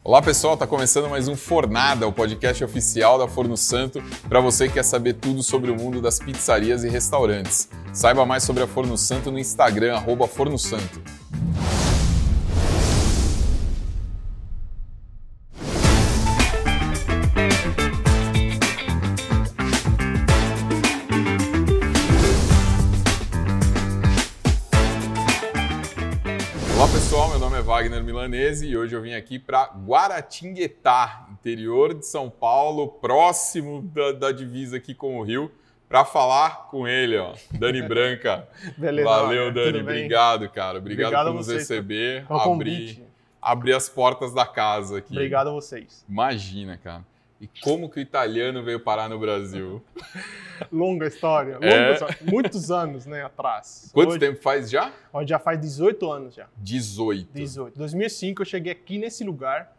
Olá pessoal, está começando mais um Fornada, o podcast oficial da Forno Santo, para você que quer saber tudo sobre o mundo das pizzarias e restaurantes. Saiba mais sobre a Forno Santo no Instagram, @fornosanto. Olá pessoal, meu nome é Wagner Milanese e hoje eu vim aqui para Guaratinguetá, interior de São Paulo, próximo da divisa aqui com o Rio, para falar com ele, ó, Dani Branca. Beleza, valeu, Wagner, Dani, obrigado, cara. Obrigado por nos vocês, receber, convite. abrir as portas da casa aqui. Obrigado a vocês. Imagina, cara. E como que o italiano veio parar no Brasil? Longa história, muitos anos, né, atrás. Quanto tempo faz já? Hoje já faz 18 anos já. 18. 2005 eu cheguei aqui nesse lugar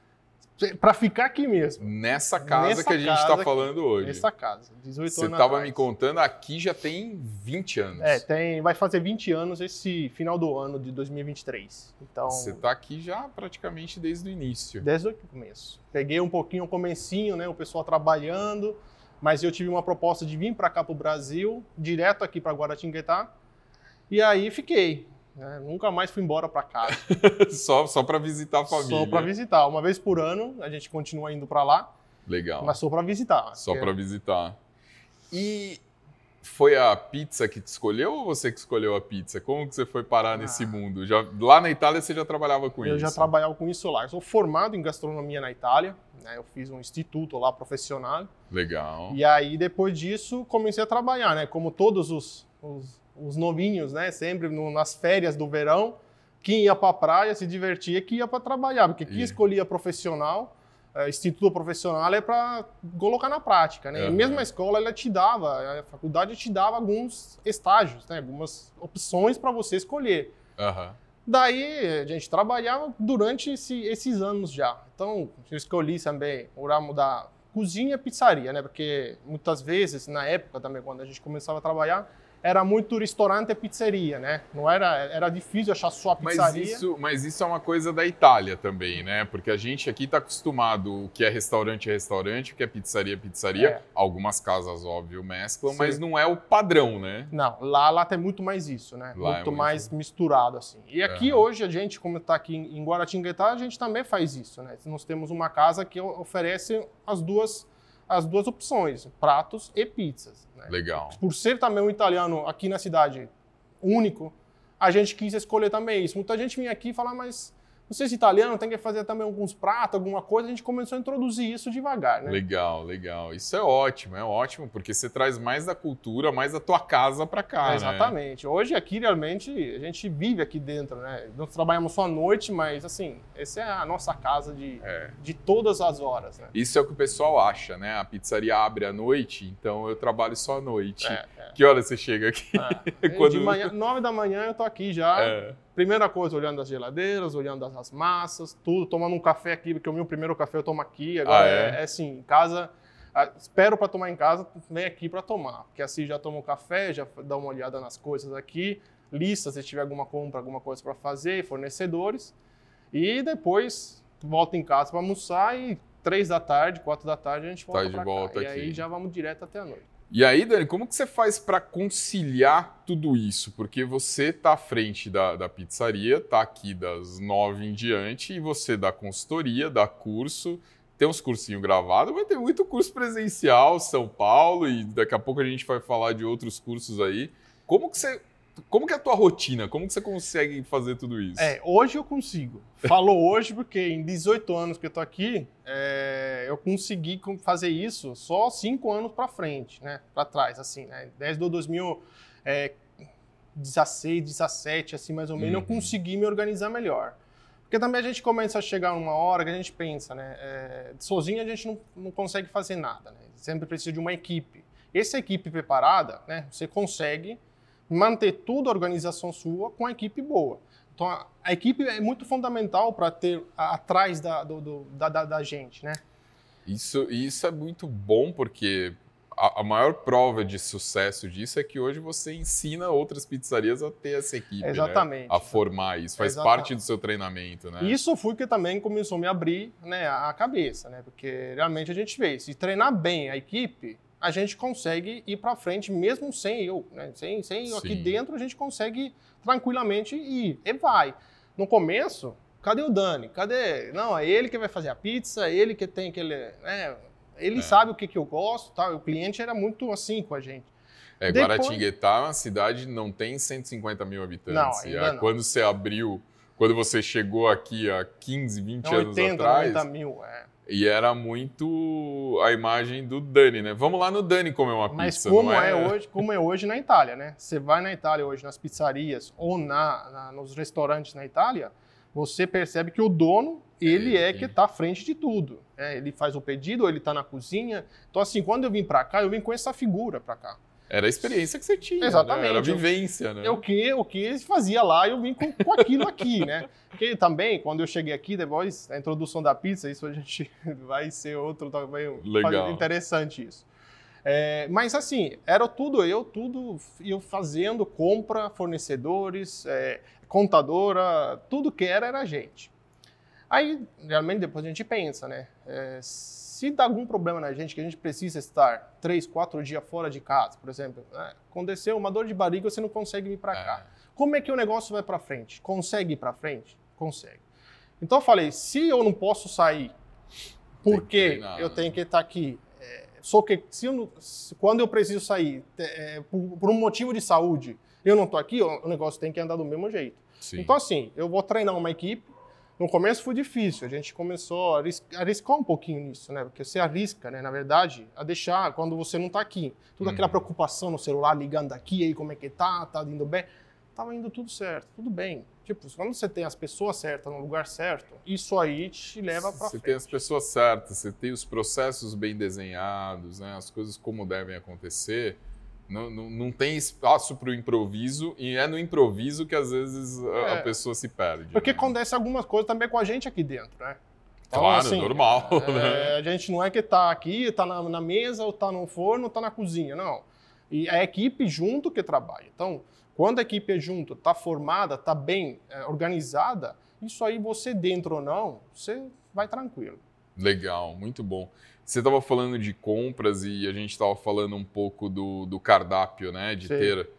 para ficar aqui mesmo. Nessa casa que a gente está falando hoje. Nessa casa, 18 anos Você atrás. estava me contando, aqui já tem 20 anos. Vai fazer 20 anos esse final do ano de 2023. Então, você está aqui já praticamente desde o início. Desde o começo. Peguei um pouquinho o comecinho, né, o pessoal trabalhando, mas eu tive uma proposta de vir para cá para o Brasil, direto aqui para Guaratinguetá, e aí fiquei. Nunca mais fui embora para casa. só para visitar a família. Só para visitar. Uma vez por ano, a gente continua indo para lá. Legal. Mas só para visitar. Só para visitar. E foi a pizza que te escolheu ou você que escolheu a pizza? Como que você foi parar nesse mundo? Lá na Itália você já trabalhava com isso? Eu já trabalhava com isso lá. Eu sou formado em gastronomia na Itália. Eu fiz um instituto lá profissional. Legal. E aí, depois disso, comecei a trabalhar, né? Como todos os novinhos, né? Sempre nas férias do verão, quem ia para a praia se divertia, que ia para trabalhar, porque quem escolhia profissional, instituto profissional é para colocar na prática, né? E mesmo a escola, a faculdade te dava alguns estágios, né? Algumas opções para você escolher. Daí a gente trabalhava durante esses anos já. Então, eu escolhi também o ramo da cozinha e pizzaria, né? Porque muitas vezes, na época também, quando a gente começava a trabalhar, era muito restaurante e pizzeria, né? Não era difícil achar só a pizzaria. Mas isso é uma coisa da Itália também, né? Porque a gente aqui está acostumado, o que é restaurante, o que é pizzaria. Algumas casas, óbvio, mesclam, mas não é o padrão, né? Não, lá tem muito mais isso, né? Muito mais misturado, assim. E aqui hoje, a gente, como está aqui em Guaratinguetá, a gente também faz isso, né? Nós temos uma casa que oferece as duas opções, pratos e pizzas. Né? Legal. Por ser também um italiano aqui na cidade único, a gente quis escolher também isso. Muita gente vinha aqui e fala, mas vocês italianos tem que fazer também alguns pratos, alguma coisa. A gente começou a introduzir isso devagar, né? Legal. Isso é ótimo, porque você traz mais da cultura, mais da tua casa para cá, exatamente. Né? Hoje aqui, realmente, a gente vive aqui dentro, né? Nós trabalhamos só à noite, mas, assim, essa é a nossa casa de todas as horas, né? Isso é o que o pessoal acha, né? A pizzaria abre à noite, então eu trabalho só à noite. Que hora você chega aqui? De manhã, 9 da manhã eu tô aqui já. Primeira coisa, olhando as geladeiras, olhando as massas, tudo, tomando um café aqui, porque o meu primeiro café eu tomo aqui. Agora é assim, em casa, espero para tomar em casa, vem aqui para tomar. Porque assim já tomo café, já dá uma olhada nas coisas aqui, lista se tiver alguma compra, alguma coisa para fazer, fornecedores. E depois volto em casa para almoçar e 3 da tarde, 4 da tarde a gente volta para cá. E aí já vamos direto até a noite. E aí, Dani, como que você faz para conciliar tudo isso? Porque você está à frente da pizzaria, está aqui das 9 em diante, e você dá consultoria, dá curso, tem uns cursinhos gravados, mas tem muito curso presencial, São Paulo, e daqui a pouco a gente vai falar de outros cursos aí. Como que é a tua rotina? Como que você consegue fazer tudo isso? Hoje eu consigo. Falo hoje porque em 18 anos que eu tô aqui, eu consegui fazer isso só 5 anos para frente, né? Para trás, assim, né? Desde o 2016, 17, assim, mais ou menos, eu consegui me organizar melhor. Porque também a gente começa a chegar numa hora que a gente pensa, né? Sozinho a gente não consegue fazer nada, né? Sempre precisa de uma equipe. Essa equipe preparada, né? Você consegue manter tudo a organização sua com a equipe boa. Então, a equipe é muito fundamental para ter atrás da gente, né? Isso é muito bom, porque a maior prova de sucesso disso é que hoje você ensina outras pizzarias a ter essa equipe, Exatamente. Né? A formar isso, faz parte do seu treinamento, né? Isso foi que também começou a me abrir, né, a cabeça, né? Porque realmente a gente vê, se treinar bem a equipe, a gente consegue ir para frente mesmo sem eu, né? Sem eu aqui dentro, a gente consegue tranquilamente ir, e vai. No começo, cadê o Dani? Cadê? Não, é ele que vai fazer a pizza, é ele que tem aquele... Né? Ele sabe o que eu gosto, tá? O cliente era muito assim com a gente. Guaratinguetá é uma cidade que não tem 150 mil habitantes. Não, ainda não. Quando você abriu, quando você chegou aqui há 15, 20 anos 80, atrás... 90 mil, E era muito a imagem do Dani, né? Vamos lá no Dani comer uma Mas pizza, como não é? Como é hoje na Itália, né? Você vai na Itália hoje, nas pizzarias ou nos restaurantes na Itália, você percebe que o dono, ele que está à frente de tudo. Né? Ele faz o pedido, ele está na cozinha. Então, assim, quando eu vim para cá, eu vim com essa figura para cá. Era a experiência que você tinha, exatamente. Né? Era a vivência, né? O que fazia lá, eu vim com aquilo aqui, né? Porque também, quando eu cheguei aqui, depois da introdução da pizza, isso a gente vai ser outro também interessante isso. Mas assim, era tudo eu fazendo, compra, fornecedores, contadora, tudo que era a gente. Aí, realmente, depois a gente pensa, né? Se dá algum problema na gente, que a gente precisa estar 3, 4 dias fora de casa, por exemplo, né? Aconteceu uma dor de barriga, você não consegue vir para cá. Como é que o negócio vai para frente? Consegue ir para frente? Consegue. Então eu falei, se eu não posso sair, porque eu tenho que estar aqui, só que quando eu preciso sair, por um motivo de saúde, eu não estou aqui, o negócio tem que andar do mesmo jeito. Sim. Então assim, eu vou treinar uma equipe. No começo foi difícil, a gente começou a arriscar um pouquinho nisso, né? Porque você arrisca, né? Na verdade, a deixar quando você não está aqui. Toda aquela preocupação no celular, ligando aqui, aí como é que tá indo bem. Tava indo tudo certo, tudo bem. Tipo, quando você tem as pessoas certas no lugar certo, isso aí te leva para frente. Você tem as pessoas certas, você tem os processos bem desenhados, né? As coisas como devem acontecer. Não tem espaço para o improviso, e é no improviso que às vezes a pessoa se perde. Porque né? acontece algumas coisas também com a gente aqui dentro, né? Então, claro, assim, normal. Né? A gente não é que está aqui, está na mesa, ou está no forno, ou está na cozinha, não. E é a equipe junto que trabalha. Então, quando a equipe é junto, está formada, está bem organizada, isso aí você dentro ou não, você vai tranquilo. Legal, muito bom. Você estava falando de compras e a gente estava falando um pouco do cardápio, né? De ter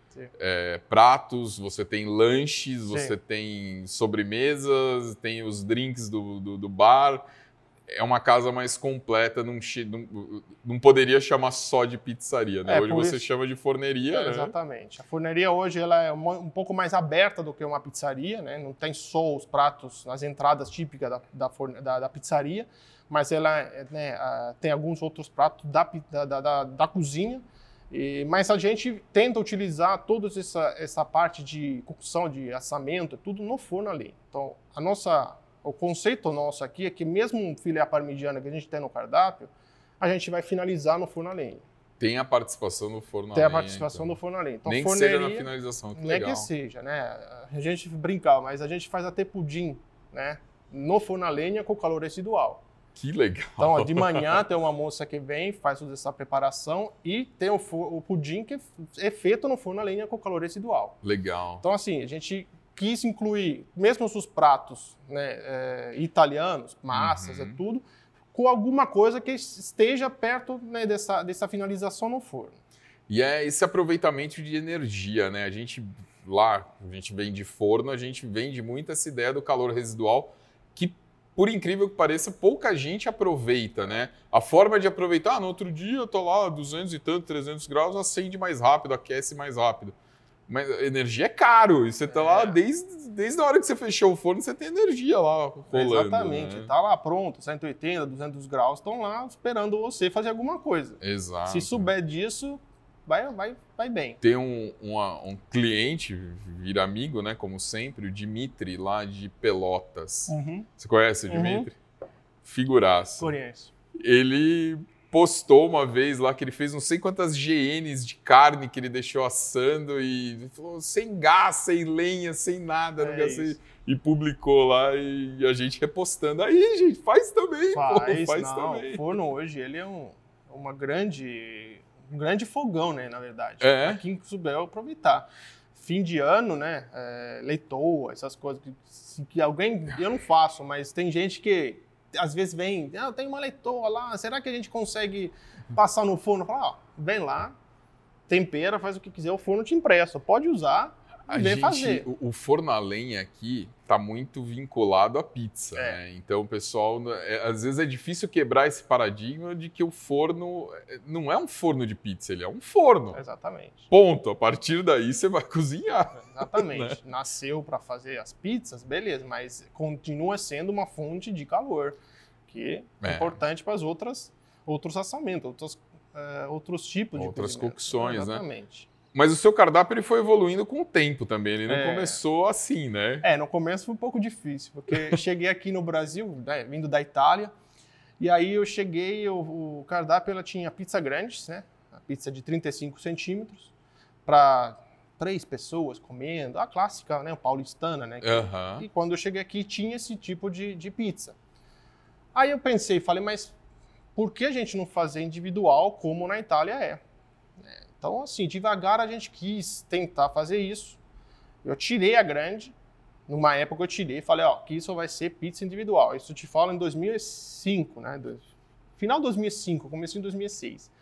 pratos, você tem lanches, você tem sobremesas, tem os drinks do bar. É uma casa mais completa, não poderia chamar só de pizzaria, né? Hoje você chama de forneria, né? Exatamente. A forneria hoje ela é um pouco mais aberta do que uma pizzaria, né? Não tem só os pratos, as entradas típicas da pizzaria, mas ela tem alguns outros pratos da cozinha. Mas a gente tenta utilizar toda essa parte de cocção, de assamento, tudo no forno ali. Então, o conceito nosso aqui é que mesmo um filé parmigiano que a gente tem no cardápio, a gente vai finalizar no forno a lenha. Tem a participação do forno a lenha. Tem a participação do forno a lenha. Então, nem que seja na finalização, que legal. Nem que seja, né? A gente brinca, mas a gente faz até pudim, né? No forno a lenha com calor residual. Que legal. Então, de manhã tem uma moça que vem, faz toda essa preparação e tem o pudim que é feito no forno a lenha com calor residual. Legal. Então, assim, a gente quis incluir, mesmo os pratos, né, italianos, massas, tudo, com alguma coisa que esteja perto, né, dessa finalização no forno. E é esse aproveitamento de energia, né? A gente vende forno, a gente vende muito essa ideia do calor residual, que, por incrível que pareça, pouca gente aproveita, né? A forma de aproveitar, no outro dia eu tô lá, 200 e tanto, 300 graus, acende mais rápido, aquece mais rápido. Mas energia é caro, e você tá lá desde a hora que você fechou o forno, você tem energia lá rolando. Exatamente, né? Tá lá pronto, 180, 200 graus, estão lá esperando você fazer alguma coisa. Exato. Se souber disso, vai bem. Tem um cliente, vira amigo, né, como sempre, o Dimitri, lá de Pelotas. Você conhece o Dimitri? Figuraça. Conheço. Ele postou uma vez lá que ele fez não sei quantas GNs de carne que ele deixou assando e falou sem gás, sem lenha, sem nada. E publicou lá e a gente repostando. Aí, gente, faz também. Faz também. O forno hoje ele é um um grande fogão, né, na verdade. É. Aqui em Subel aproveitar. Fim de ano, né, leitoa, essas coisas que alguém, eu não faço, mas tem gente que às vezes vem, tem uma leitoa lá, será que a gente consegue passar no forno? Fala, vem lá, tempera, faz o que quiser, o forno te empresta, pode usar e vem fazer. O forno a lenha aqui tá muito vinculado à pizza, né? Então, o pessoal, às vezes é difícil quebrar esse paradigma de que o forno não é um forno de pizza, ele é um forno. Exatamente. Ponto. A partir daí você vai cozinhar. Exatamente. Né? Nasceu para fazer as pizzas, beleza, mas continua sendo uma fonte de calor, que é importante para outros assamentos, outros tipos de outras cozimento. cocções, Exatamente. Né? Mas o seu cardápio ele foi evoluindo com o tempo também, ele não começou assim, né? No começo foi um pouco difícil, porque cheguei aqui no Brasil, né, vindo da Itália, e aí eu cheguei, o cardápio ela tinha pizza grandes, né? A pizza de 35 centímetros, para 3 pessoas comendo, a clássica, né, paulistana, né? E quando eu cheguei aqui tinha esse tipo de pizza. Aí eu pensei, falei, mas por que a gente não fazer individual como na Itália é? Então, assim, devagar a gente quis tentar fazer isso. Eu tirei a grande, numa época eu tirei, falei, que isso vai ser pizza individual. Isso eu te falo em 2005, né? Final de 2005, comecei em 2006.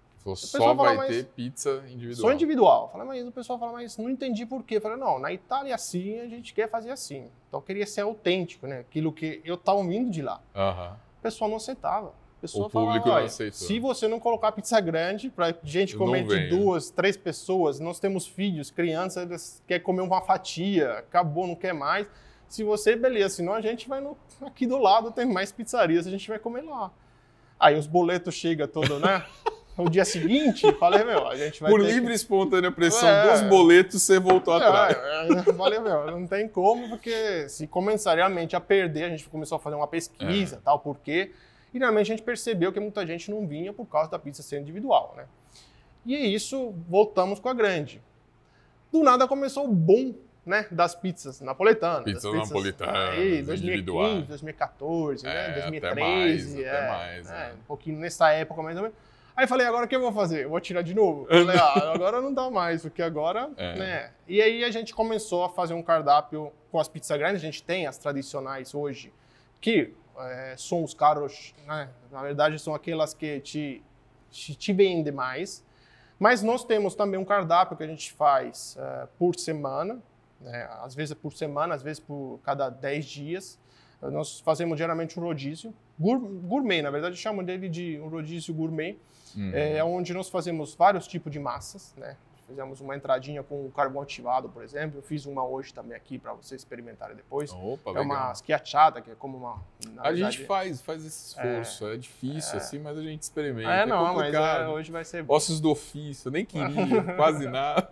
Só vai ter pizza individual. Só individual. Falei, o pessoal fala, mas não entendi por quê. Falei, não, na Itália assim, a gente quer fazer assim. Então eu queria ser autêntico, né? Aquilo que eu estava vindo de lá. O pessoal não aceitava. O público não aceitou. Se você não colocar pizza grande para gente comer de 2, 3 pessoas, nós temos filhos, crianças, eles querem comer uma fatia, acabou, não quer mais. Se você, beleza, senão a gente vai aqui do lado, tem mais pizzarias, a gente vai comer lá. Aí os boletos chegam todo, né? O dia seguinte, falei, a gente vai Por livre e espontânea pressão dos boletos, você voltou atrás. Falei, não tem como, porque se começaria realmente a perder, a gente começou a fazer uma pesquisa, tal, por quê? E realmente a gente percebeu que muita gente não vinha por causa da pizza ser individual, né? E é isso, voltamos com a grande. Do nada começou o boom, né, das pizzas napoletanas. Pizzas napoletanas, aí, 2015, 2014, né, 2013. Até mais. Um pouquinho nessa época mais ou menos. Aí falei, agora o que eu vou fazer? Eu vou tirar de novo? Falei, agora não dá mais, porque agora, né? E aí a gente começou a fazer um cardápio com as pizzas grandes. A gente tem as tradicionais hoje, que são os caros, né? Na verdade, são aquelas que te vendem mais. Mas nós temos também um cardápio que a gente faz por semana, né? Às vezes por semana, às vezes por cada 10 dias. Nós fazemos geralmente um rodízio gourmet, na verdade chamam dele de um rodízio gourmet, onde nós fazemos vários tipos de massas, né? Fizemos uma entradinha com carvão ativado, por exemplo. Eu fiz uma hoje também aqui para vocês experimentarem depois. Opa, legal. Uma schiacciata, que é como uma... A gente faz esse esforço. É difícil assim, mas a gente experimenta. Mas hoje vai ser bom. Ossos do ofício, eu nem queria, quase nada.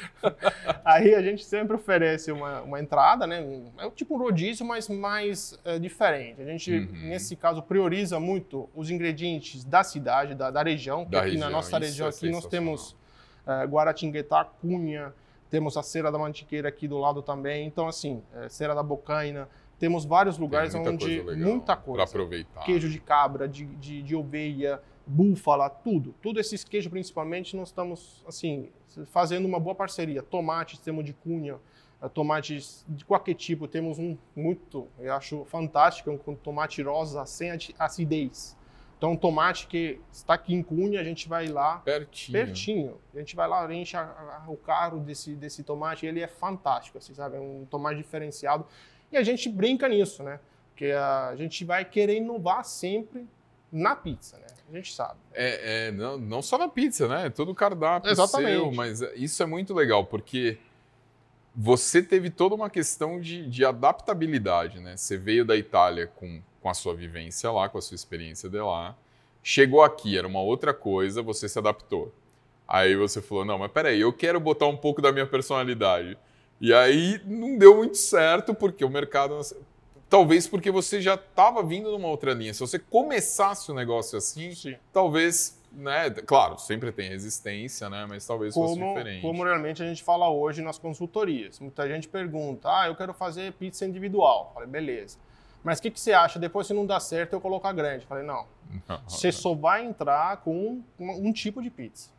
Aí a gente sempre oferece uma entrada, né? É tipo um rodízio, mas mais diferente. A gente, nesse caso, prioriza muito os ingredientes da cidade, da região. Porque aqui na nossa região aqui nós temos Guaratinguetá, Cunha, temos a Cera da Mantiqueira aqui do lado também. Então, assim, Cera da Bocaina, temos vários lugares onde muita coisa. Para aproveitar. Queijo de cabra, de ovelha, búfala, tudo. Tudo esses queijos, principalmente, nós estamos, assim, fazendo uma boa parceria. Tomates, temos de Cunha, tomates de qualquer tipo. Temos um muito, eu acho fantástico, um tomate rosa sem acidez. Então, um tomate que está aqui em Cunha, a gente vai lá... Pertinho. A gente vai lá, enche o carro desse tomate, e ele é fantástico, assim, sabe? É um tomate diferenciado. E a gente brinca nisso, né? Porque a gente vai querer inovar sempre na pizza, né? A gente sabe. Não só na pizza, né? Todo o cardápio seu, mas isso é muito legal, porque você teve toda uma questão de adaptabilidade, né? Você veio da Itália com a sua vivência lá, com a sua experiência de lá. Chegou aqui, era uma outra coisa, você se adaptou. Aí você falou, não, mas peraí, eu quero botar um pouco da minha personalidade. E aí não deu muito certo, porque o mercado... Talvez porque você já estava vindo numa outra linha. Se você começasse o negócio assim, talvez... Né? Claro, sempre tem resistência, né? Mas talvez fosse diferente. Como realmente a gente fala hoje nas consultorias. Muita gente pergunta, eu quero fazer pizza individual. Falei, beleza. Mas o que você acha? Depois, se não dá certo, eu colocar grande. Falei, não. Você só vai entrar com um tipo de pizza.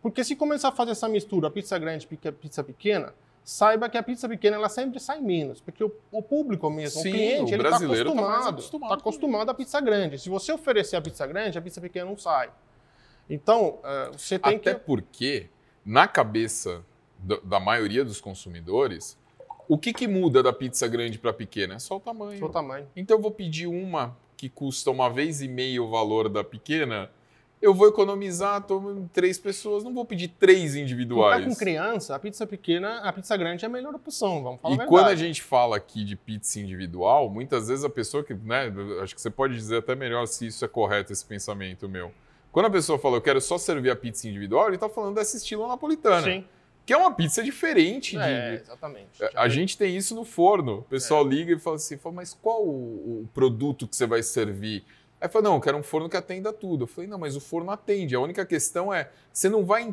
Porque se começar a fazer essa mistura, pizza grande e pizza pequena, saiba que a pizza pequena ela sempre sai menos, porque o público mesmo, Sim, o cliente, o ele está brasileiro acostumado à pizza grande. Se você oferecer a pizza grande, a pizza pequena não sai. Então, você tem Até porque, na cabeça da maioria dos consumidores, o que muda da pizza grande para pequena? É só o tamanho. Só o tamanho. Então eu vou pedir uma que custa 1,5 vezes o valor da pequena, eu vou economizar, tô 3 pessoas, não vou pedir 3 individuais. Quem tá com criança, a pizza pequena, a pizza grande é a melhor opção, vamos falar a verdade. Quando a gente fala aqui de pizza individual, muitas vezes a pessoa que, né, acho que você pode dizer até melhor se isso é correto, esse pensamento meu. Quando a pessoa fala, eu quero só servir a pizza individual, ele está falando desse estilo napolitana. Sim. Que é uma pizza diferente. Exatamente. A gente tem isso no forno. O pessoal liga e fala assim, mas qual o produto que você vai servir? Aí fala, não, eu quero um forno que atenda tudo. Eu falei, não, mas o forno atende. A única questão é, você não vai em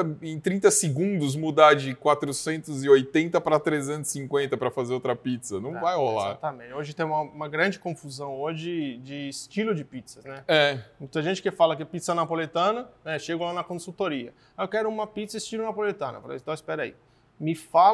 30 segundos mudar de 480 para 350 para fazer outra pizza. Não vai rolar. Exatamente. Hoje tem uma grande confusão hoje de estilo de pizzas, né? Muita gente que fala que pizza napoletana, né, chega lá na consultoria. Eu quero uma pizza estilo napoletana. Eu falei, então espera aí. Me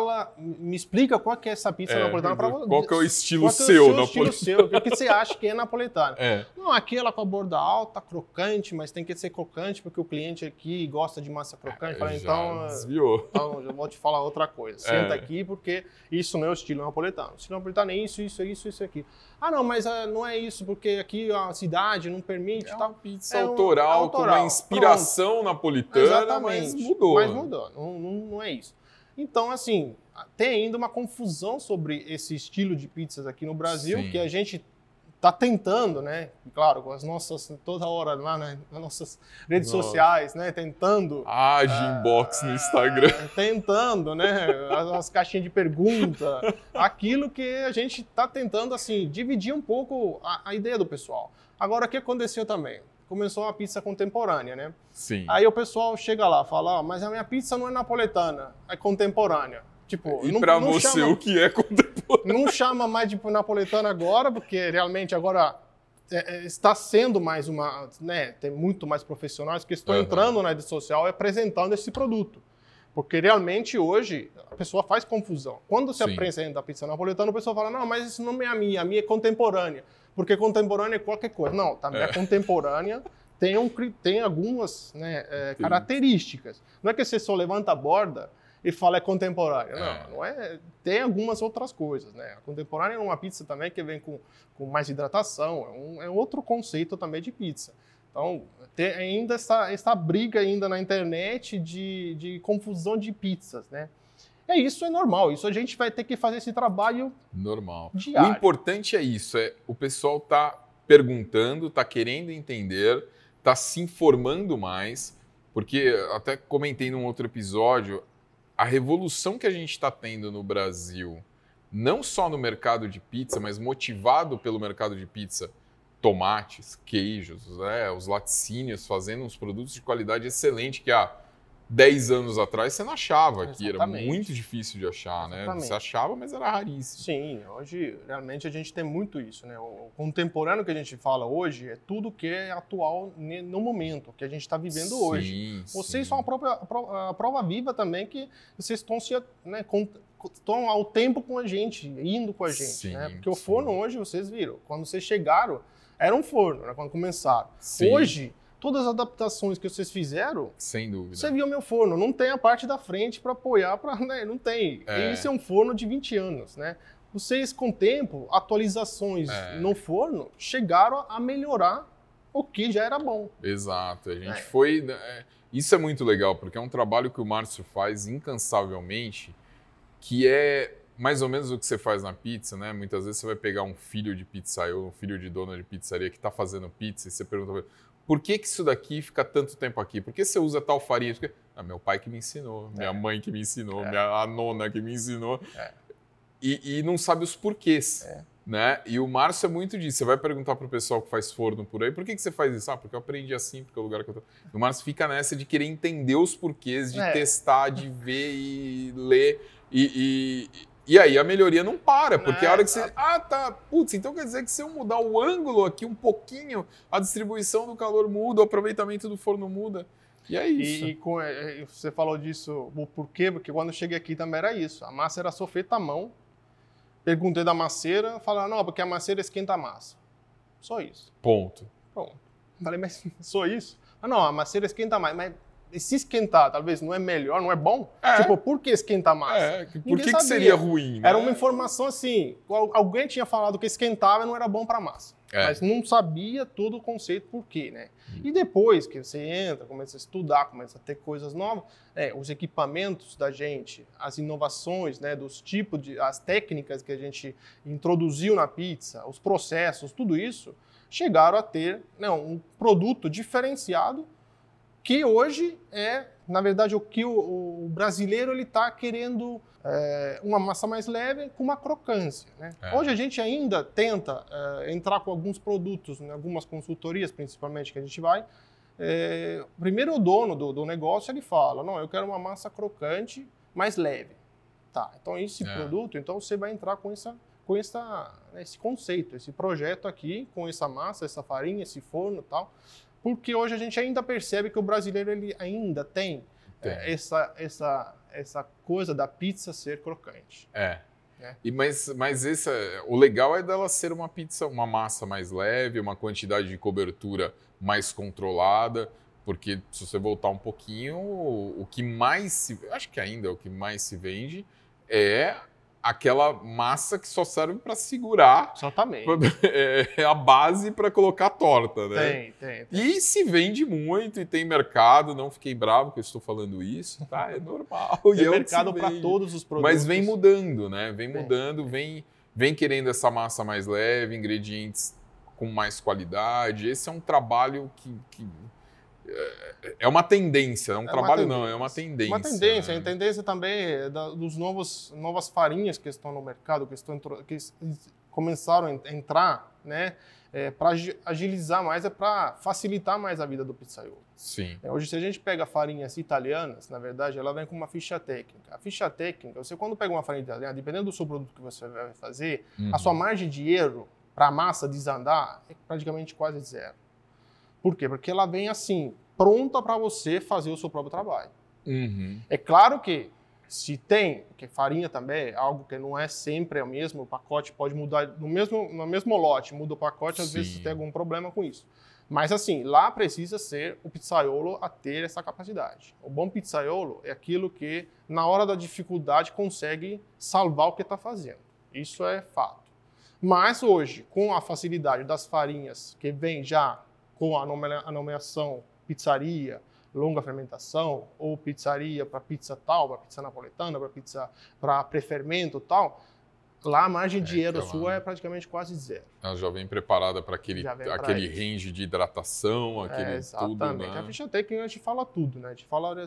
explica qual que é essa pizza napoletana para você. Qual que é o estilo seu napoletano? O que você acha que é napoletana? Não, aquela com a borda alta, crocante, mas tem que ser crocante porque o cliente aqui gosta de massa crocante. Desviou. Então, eu vou te falar outra coisa. Senta aqui porque isso não é o estilo napoletano. O estilo napoletano é isso aqui. Ah, não, mas não é isso porque aqui a cidade não permite. É uma pizza autoral com uma inspiração napolitana, exatamente. Mas mudou. Mas mudou, não é isso. Então, assim, tem ainda uma confusão sobre esse estilo de pizzas aqui no Brasil, que a gente está tentando, né? Claro, com as nossas, toda hora lá nas nossas redes sociais, né? Tentando... Gymbox no Instagram. Tentando, né? As caixinhas de pergunta. Aquilo que a gente está tentando, assim, dividir um pouco a ideia do pessoal. Agora, o que aconteceu também? Começou uma pizza contemporânea, né? Sim. Aí o pessoal chega lá e fala, mas a minha pizza não é napoletana, é contemporânea. Tipo, e para você, chama, o que é contemporâneo? Não chama mais de napoletana agora, porque realmente agora está sendo mais uma... né, tem muito mais profissionais que estão entrando na rede social e apresentando esse produto. Porque realmente hoje a pessoa faz confusão. Quando se apresenta a pizza napoletana, o pessoal fala, não, mas isso não é a minha é contemporânea. Porque contemporânea é qualquer coisa. Não, também a contemporânea tem algumas características. Não é que você só levanta a borda e fala é contemporânea. Não é. Tem algumas outras coisas, né? A contemporânea é uma pizza também que vem com mais hidratação. É outro conceito também de pizza. Então, tem ainda essa briga ainda na internet de confusão de pizzas, né? Isso é normal, isso a gente vai ter que fazer esse trabalho normal. Diário. O importante é isso, o pessoal tá perguntando, tá querendo entender, tá se informando mais, porque até comentei num outro episódio, a revolução que a gente está tendo no Brasil, não só no mercado de pizza, mas motivado pelo mercado de pizza, tomates, queijos, os laticínios fazendo uns produtos de qualidade excelente que 10 anos atrás você não achava aqui, era muito difícil de achar, né? Você achava, mas era raríssimo. Sim, hoje realmente a gente tem muito isso, né? O contemporâneo que a gente fala hoje é tudo que é atual no momento, que a gente está vivendo hoje. Vocês são a prova viva também que vocês estão estão ao tempo com a gente, indo com a gente, né? Porque o forno hoje, vocês viram, quando vocês chegaram, era um forno, né? Quando começaram. Hoje, todas as adaptações que vocês fizeram, sem dúvida. Você viu o meu forno, não tem a parte da frente para apoiar, né? Não tem. Esse é um forno de 20 anos, né? Vocês, com o tempo, atualizações no forno, chegaram a melhorar o que já era bom. Exato. A gente foi... Isso é muito legal, porque é um trabalho que o Márcio faz incansavelmente, que é mais ou menos o que você faz na pizza, né? Muitas vezes você vai pegar um filho de pizzaiolo, um filho de dona de pizzaria que está fazendo pizza e você pergunta por que isso daqui fica tanto tempo aqui? Por que você usa tal farinha? Meu pai que me ensinou, minha mãe que me ensinou, a nona que me ensinou. E não sabe os porquês, né? E o Márcio é muito disso. Você vai perguntar para o pessoal que faz forno por aí, por que você faz isso? Porque eu aprendi assim, porque é o lugar que eu tô. O Márcio fica nessa de querer entender os porquês, de testar, de ver e ler e aí a melhoria não para, porque a hora que você... então quer dizer que se eu mudar o ângulo aqui um pouquinho, a distribuição do calor muda, o aproveitamento do forno muda. E é isso. Você falou disso, por quê? Porque quando eu cheguei aqui também era isso. A massa era só feita à mão. Perguntei da maceira, falaram, não, porque a maceira esquenta a massa. Só isso. Ponto. Pronto. Falei, mas só isso? Ah, não, a maceira esquenta mais. Mas se esquentar, talvez não é melhor, não é bom? Tipo, por que esquenta mais? Por que seria ruim? Né? Era uma informação assim, alguém tinha falado que esquentava e não era bom para massa. Mas não sabia todo o conceito por quê, né? E depois que você entra, começa a estudar, começa a ter coisas novas, os equipamentos da gente, as inovações, né, dos tipos as técnicas que a gente introduziu na pizza, os processos, tudo isso, chegaram a ter um produto diferenciado que hoje é, na verdade, o que o brasileiro ele está querendo uma massa mais leve com uma crocância. Né? Hoje a gente ainda tenta entrar com alguns produtos, em algumas consultorias principalmente que a gente vai. Primeiro o dono do negócio ele fala, não, eu quero uma massa crocante mais leve. Tá, então esse produto, então você vai entrar com esse conceito, esse projeto aqui, com essa massa, essa farinha, esse forno e tal. Porque hoje a gente ainda percebe que o brasileiro ele ainda tem essa coisa da pizza ser crocante. Mas o legal é dela ser uma pizza, uma massa mais leve, uma quantidade de cobertura mais controlada, porque se você voltar um pouquinho, o que mais acho que ainda o que mais se vende é aquela massa que só serve para segurar. Exatamente. É a base para colocar a torta, né? Tem. E se vende muito e tem mercado. Não fiquei bravo que eu estou falando isso, tá? É normal. Tem mercado para todos os produtos. Mas vem mudando, né? Vem querendo essa massa mais leve, ingredientes com mais qualidade. Esse é um trabalho que é uma tendência, não é um trabalho não, é uma tendência. Uma tendência, né? A tendência também dos novas farinhas que estão no mercado, que começaram a entrar, né? Para agilizar mais, para facilitar mais a vida do pizzaiolo. Sim. Hoje, se a gente pega farinhas italianas, na verdade, ela vem com uma ficha técnica. A ficha técnica, você quando pega uma farinha italiana, dependendo do seu produto que você vai fazer, a sua margem de erro para a massa desandar é praticamente quase zero. Por quê? Porque ela vem assim, pronta para você fazer o seu próprio trabalho. É claro que se tem, porque farinha também é algo que não é sempre o mesmo, o pacote pode mudar, no mesmo lote, muda o pacote, às vezes você tem algum problema com isso. Mas assim, lá precisa ser o pizzaiolo a ter essa capacidade. O bom pizzaiolo é aquilo que, na hora da dificuldade, consegue salvar o que está fazendo. Isso é fato. Mas hoje, com a facilidade das farinhas que vem já com a nomeação pizzaria, longa fermentação, ou pizzaria para pizza tal, para pizza napoletana, para pizza para pré-fermento tal, lá a margem de erro sua é praticamente quase zero. Ela já vem preparada para aquele range de hidratação, aquele exatamente. tudo, né? A ficha técnica a gente fala tudo, né? A gente fala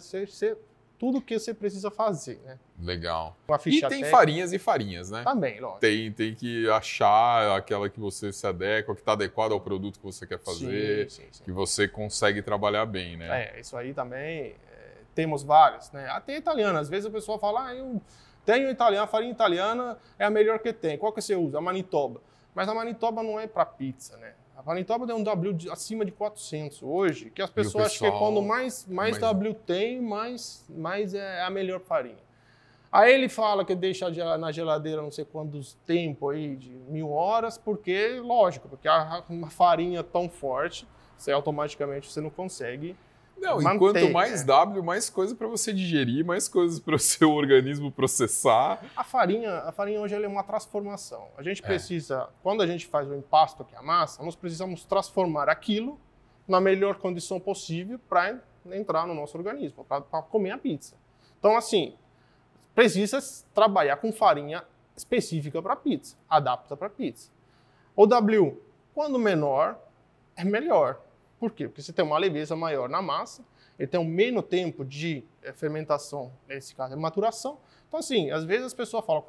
tudo que você precisa fazer, né? Legal. E tem farinhas e farinhas, né? Também, lógico. Tem que achar aquela que você se adequa, que está adequada ao produto que você quer fazer, sim. Que você consegue trabalhar bem, né? Isso aí também temos vários, né? Até italiana, às vezes a pessoa fala, eu tenho italiana, farinha italiana é a melhor que tem. Qual que você usa? A Manitoba. Mas a Manitoba não é para pizza, né? A Manitoba tem um W acima de 400 hoje, que as pessoas acham que quando mais W tem, mais é a melhor farinha. Aí ele fala que deixa na geladeira não sei quantos tempo aí, de 1000 horas, porque, lógico, porque uma farinha tão forte, você automaticamente você não consegue manter, e quanto mais W, mais coisa para você digerir, mais coisas para o seu organismo processar. A farinha hoje ela é uma transformação. A gente precisa, quando a gente faz o impasto, que é a massa, nós precisamos transformar aquilo na melhor condição possível para entrar no nosso organismo, para comer a pizza. Então, assim, precisa trabalhar com farinha específica para pizza, adapta para pizza. O W, quando menor, é melhor. Por quê? Porque você tem uma leveza maior na massa, ele tem um menos tempo de fermentação, nesse caso é maturação. Então, assim, às vezes as pessoas falam,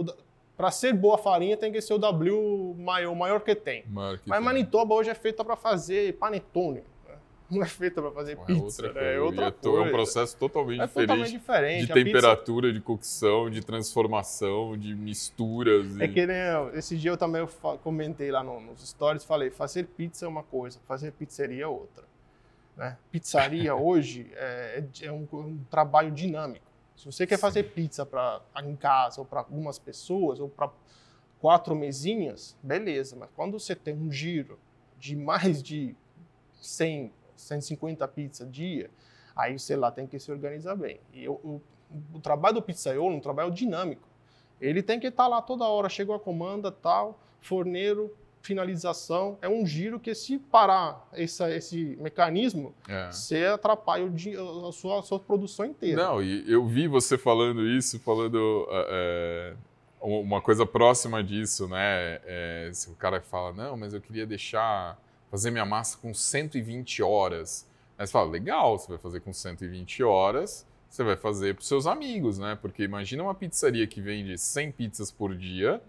para ser boa farinha tem que ser o W o maior que tem. Mas Manitoba hoje é feita para fazer panetone. Não é feita para fazer pizza, é outra coisa. É um processo totalmente diferente. De a temperatura, pizza... de cocção, de transformação, de misturas. É que nem esse dia eu também comentei lá nos stories, falei, fazer pizza é uma coisa, fazer pizzaria é outra. né? Pizzaria hoje é um trabalho dinâmico. Se você quer fazer pizza em casa, ou para algumas pessoas, ou para 4 mesinhas, beleza. Mas quando você tem um giro de mais de 100, 150 pizzas dia, aí você lá tem que se organizar bem. E o trabalho do pizzaiolo é um trabalho dinâmico. Ele tem que estar lá toda hora, chegou a comanda, tal, forneiro, finalização. É um giro que, se parar esse mecanismo, você atrapalha a sua produção inteira. Não, e eu vi você falando isso, uma coisa próxima disso, né? Se o cara fala, não, mas eu queria fazer minha massa com 120 horas. Aí você fala, legal, você vai fazer com 120 horas, você vai fazer para os seus amigos, né? Porque imagina uma pizzaria que vende 100 pizzas por dia,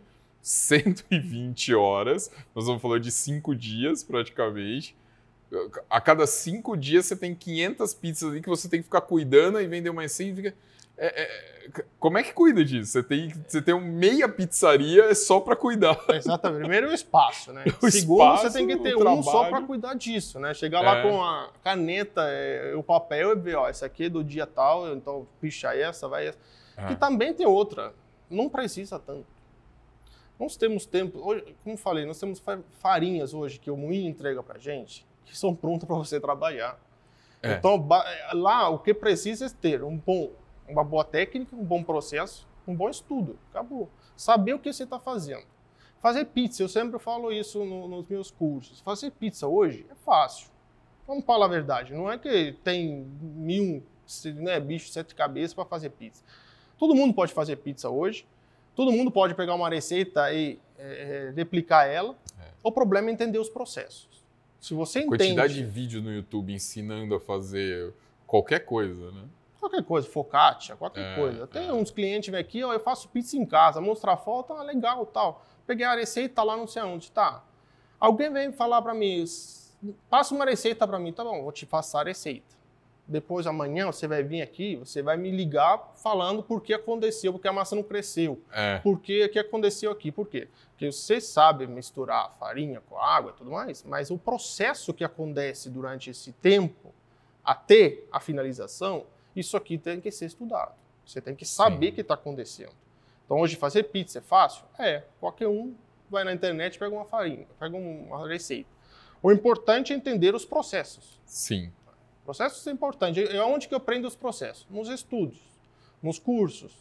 120 horas, nós vamos falar de 5 dias praticamente. A cada 5 dias você tem 500 pizzas ali que você tem que ficar cuidando e vender mais 100 e fica... Como é que cuida disso? Você tem meia pizzaria só para cuidar. Exatamente. Primeiro o espaço, né? O Segundo, espaço, você tem que ter trabalho. só para cuidar disso, né? Chegar lá com a caneta, o papel e ver, ó, essa aqui é do dia tal, então picha essa, vai essa. E também tem outra. Não precisa tanto. Nós temos tempo, hoje, como falei, nós temos farinhas hoje que o moinho entrega pra gente, que são prontas para você trabalhar. Então, lá o que precisa é ter uma boa técnica, um bom processo, um bom estudo. Acabou. Saber o que você está fazendo. Fazer pizza, eu sempre falo isso nos meus cursos. Fazer pizza hoje é fácil. Vamos falar a verdade. Não é que tem 1000 bichos, 7 cabeças para fazer pizza. Todo mundo pode fazer pizza hoje. Todo mundo pode pegar uma receita e replicar ela. O problema é entender os processos. Se você entende... Quantidade de vídeo no YouTube ensinando a fazer qualquer coisa, né? Qualquer coisa, focaccia, qualquer coisa. Tem uns clientes que vêm aqui, ó, eu faço pizza em casa, mostrar foto, legal, tal. Peguei a receita, tá lá, não sei aonde, tá. Alguém vem falar para mim, passa uma receita para mim, tá bom, vou te passar a receita. Depois, amanhã, você vai vir aqui, você vai me ligar falando por que aconteceu, porque a massa não cresceu. Por que aconteceu aqui, por quê? Porque você sabe misturar a farinha com a água e tudo mais, mas o processo que acontece durante esse tempo, até a finalização, isso aqui tem que ser estudado. Você tem que saber o que está acontecendo. Então, hoje, fazer pizza é fácil? Qualquer um vai na internet e pega uma farinha, pega uma receita. O importante é entender os processos. Sim. Processos é importante. É onde que eu aprendo os processos? Nos estudos, nos cursos,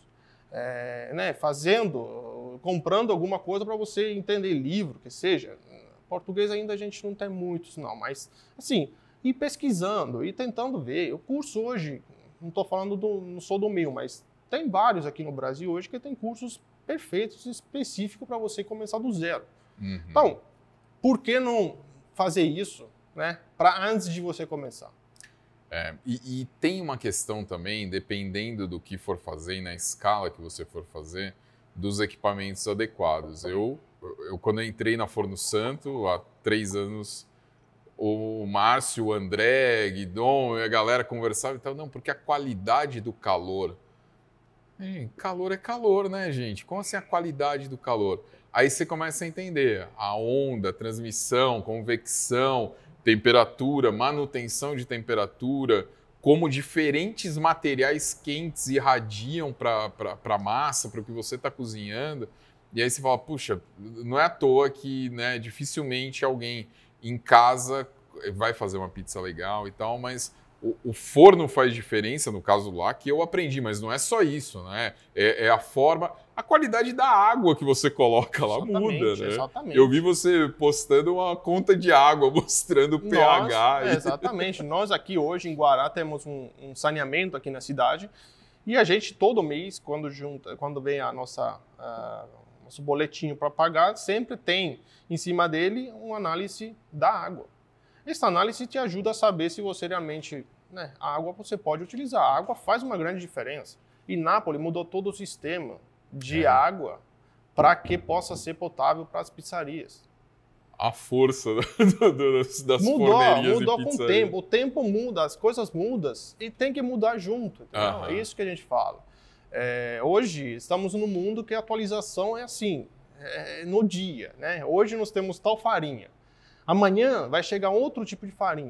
comprando alguma coisa para você entender livro, que seja. Português ainda a gente não tem muitos, não, mas, assim, ir pesquisando, ir tentando ver. O curso hoje... Não estou falando não sou do meu, mas tem vários aqui no Brasil hoje que tem cursos perfeitos, específicos para você começar do zero. Então, por que não fazer isso, né, antes de você começar? E tem uma questão também, dependendo do que for fazer e na escala que você for fazer, dos equipamentos adequados. Eu quando eu entrei na Forno Santo, há 3 anos... O Márcio, o André, Guidon, a galera conversava e tal. Não, porque a qualidade do calor... calor é calor, né, gente? Como assim a qualidade do calor? Aí você começa a entender a onda, transmissão, convecção, temperatura, manutenção de temperatura, como diferentes materiais quentes irradiam para a massa, para o que você está cozinhando. E aí você fala, puxa, não é à toa que, né, dificilmente alguém... em casa vai fazer uma pizza legal e tal, mas o forno faz diferença, no caso lá, que eu aprendi, mas não é só isso, né? É a forma, a qualidade da água que você coloca lá muda, né? Exatamente. Eu vi você postando uma conta de água, mostrando o pH. Exatamente. Nós aqui hoje em Guará temos um saneamento aqui na cidade e a gente todo mês, quando vem nosso boletinho para pagar, sempre tem em cima dele uma análise da água. Essa análise te ajuda a saber se você realmente, né, a água você pode utilizar. A água faz uma grande diferença. E Nápoles mudou todo o sistema de água para que possa ser potável para as pizzarias. A força das fornerias mudou e com o tempo. O tempo muda, as coisas mudam e tem que mudar junto. É isso que a gente fala. Hoje estamos num mundo que a atualização é assim, no dia, né? Hoje nós temos tal farinha. Amanhã vai chegar outro tipo de farinha.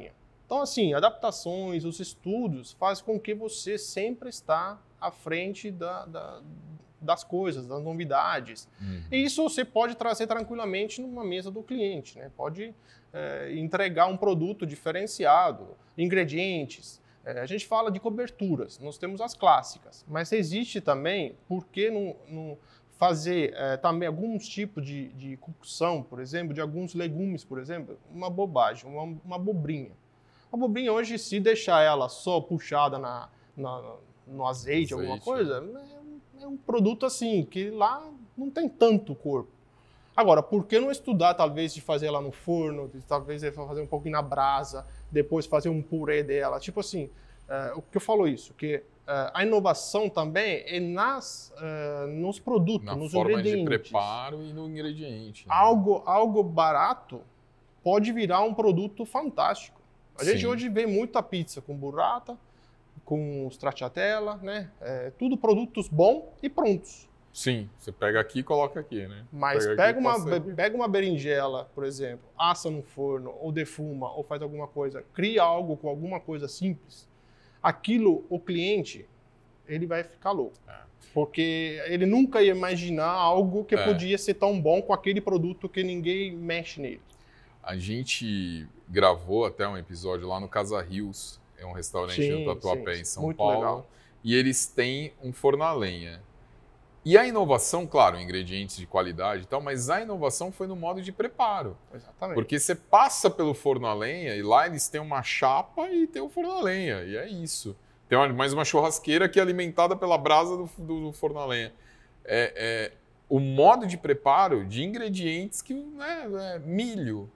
Então, assim, adaptações, os estudos fazem com que você sempre está à frente das coisas, das novidades. E isso você pode trazer tranquilamente numa mesa do cliente, né? Pode entregar um produto diferenciado, ingredientes. A gente fala de coberturas, nós temos as clássicas, mas existe também, por que não fazer também alguns tipos de cocção, por exemplo, de alguns legumes, por exemplo, uma bobagem, uma abobrinha. A abobrinha hoje, se deixar ela só puxada no azeite, alguma coisa, é um produto assim, que lá não tem tanto corpo. Agora, por que não estudar, talvez, de fazer ela no forno, talvez fazer um pouquinho na brasa, depois fazer um purê dela? Tipo assim, o que eu falo isso? Que a inovação também é nos produtos, nos forma ingredientes. De preparo e no ingrediente. Né? Algo barato pode virar um produto fantástico. A gente hoje vê muita pizza com burrata, com stracciatella, né? Tudo produtos bons e prontos. Sim, você pega aqui e coloca aqui, né? Mas pega uma berinjela, por exemplo, assa no forno, ou defuma, ou faz alguma coisa, cria algo com alguma coisa simples, aquilo, o cliente, ele vai ficar louco. Porque ele nunca ia imaginar algo que podia ser tão bom com aquele produto que ninguém mexe nele. A gente gravou até um episódio lá no Casa Rios, é um restaurante no Tatuapé, em São Paulo. Legal. E eles têm um forno a lenha. E a inovação, claro, ingredientes de qualidade e tal, mas a inovação foi no modo de preparo. Exatamente. Porque você passa pelo forno a lenha e lá eles têm uma chapa e tem o forno a lenha. E é isso. Tem mais uma churrasqueira que é alimentada pela brasa do forno a lenha. O modo de preparo de ingredientes que milho,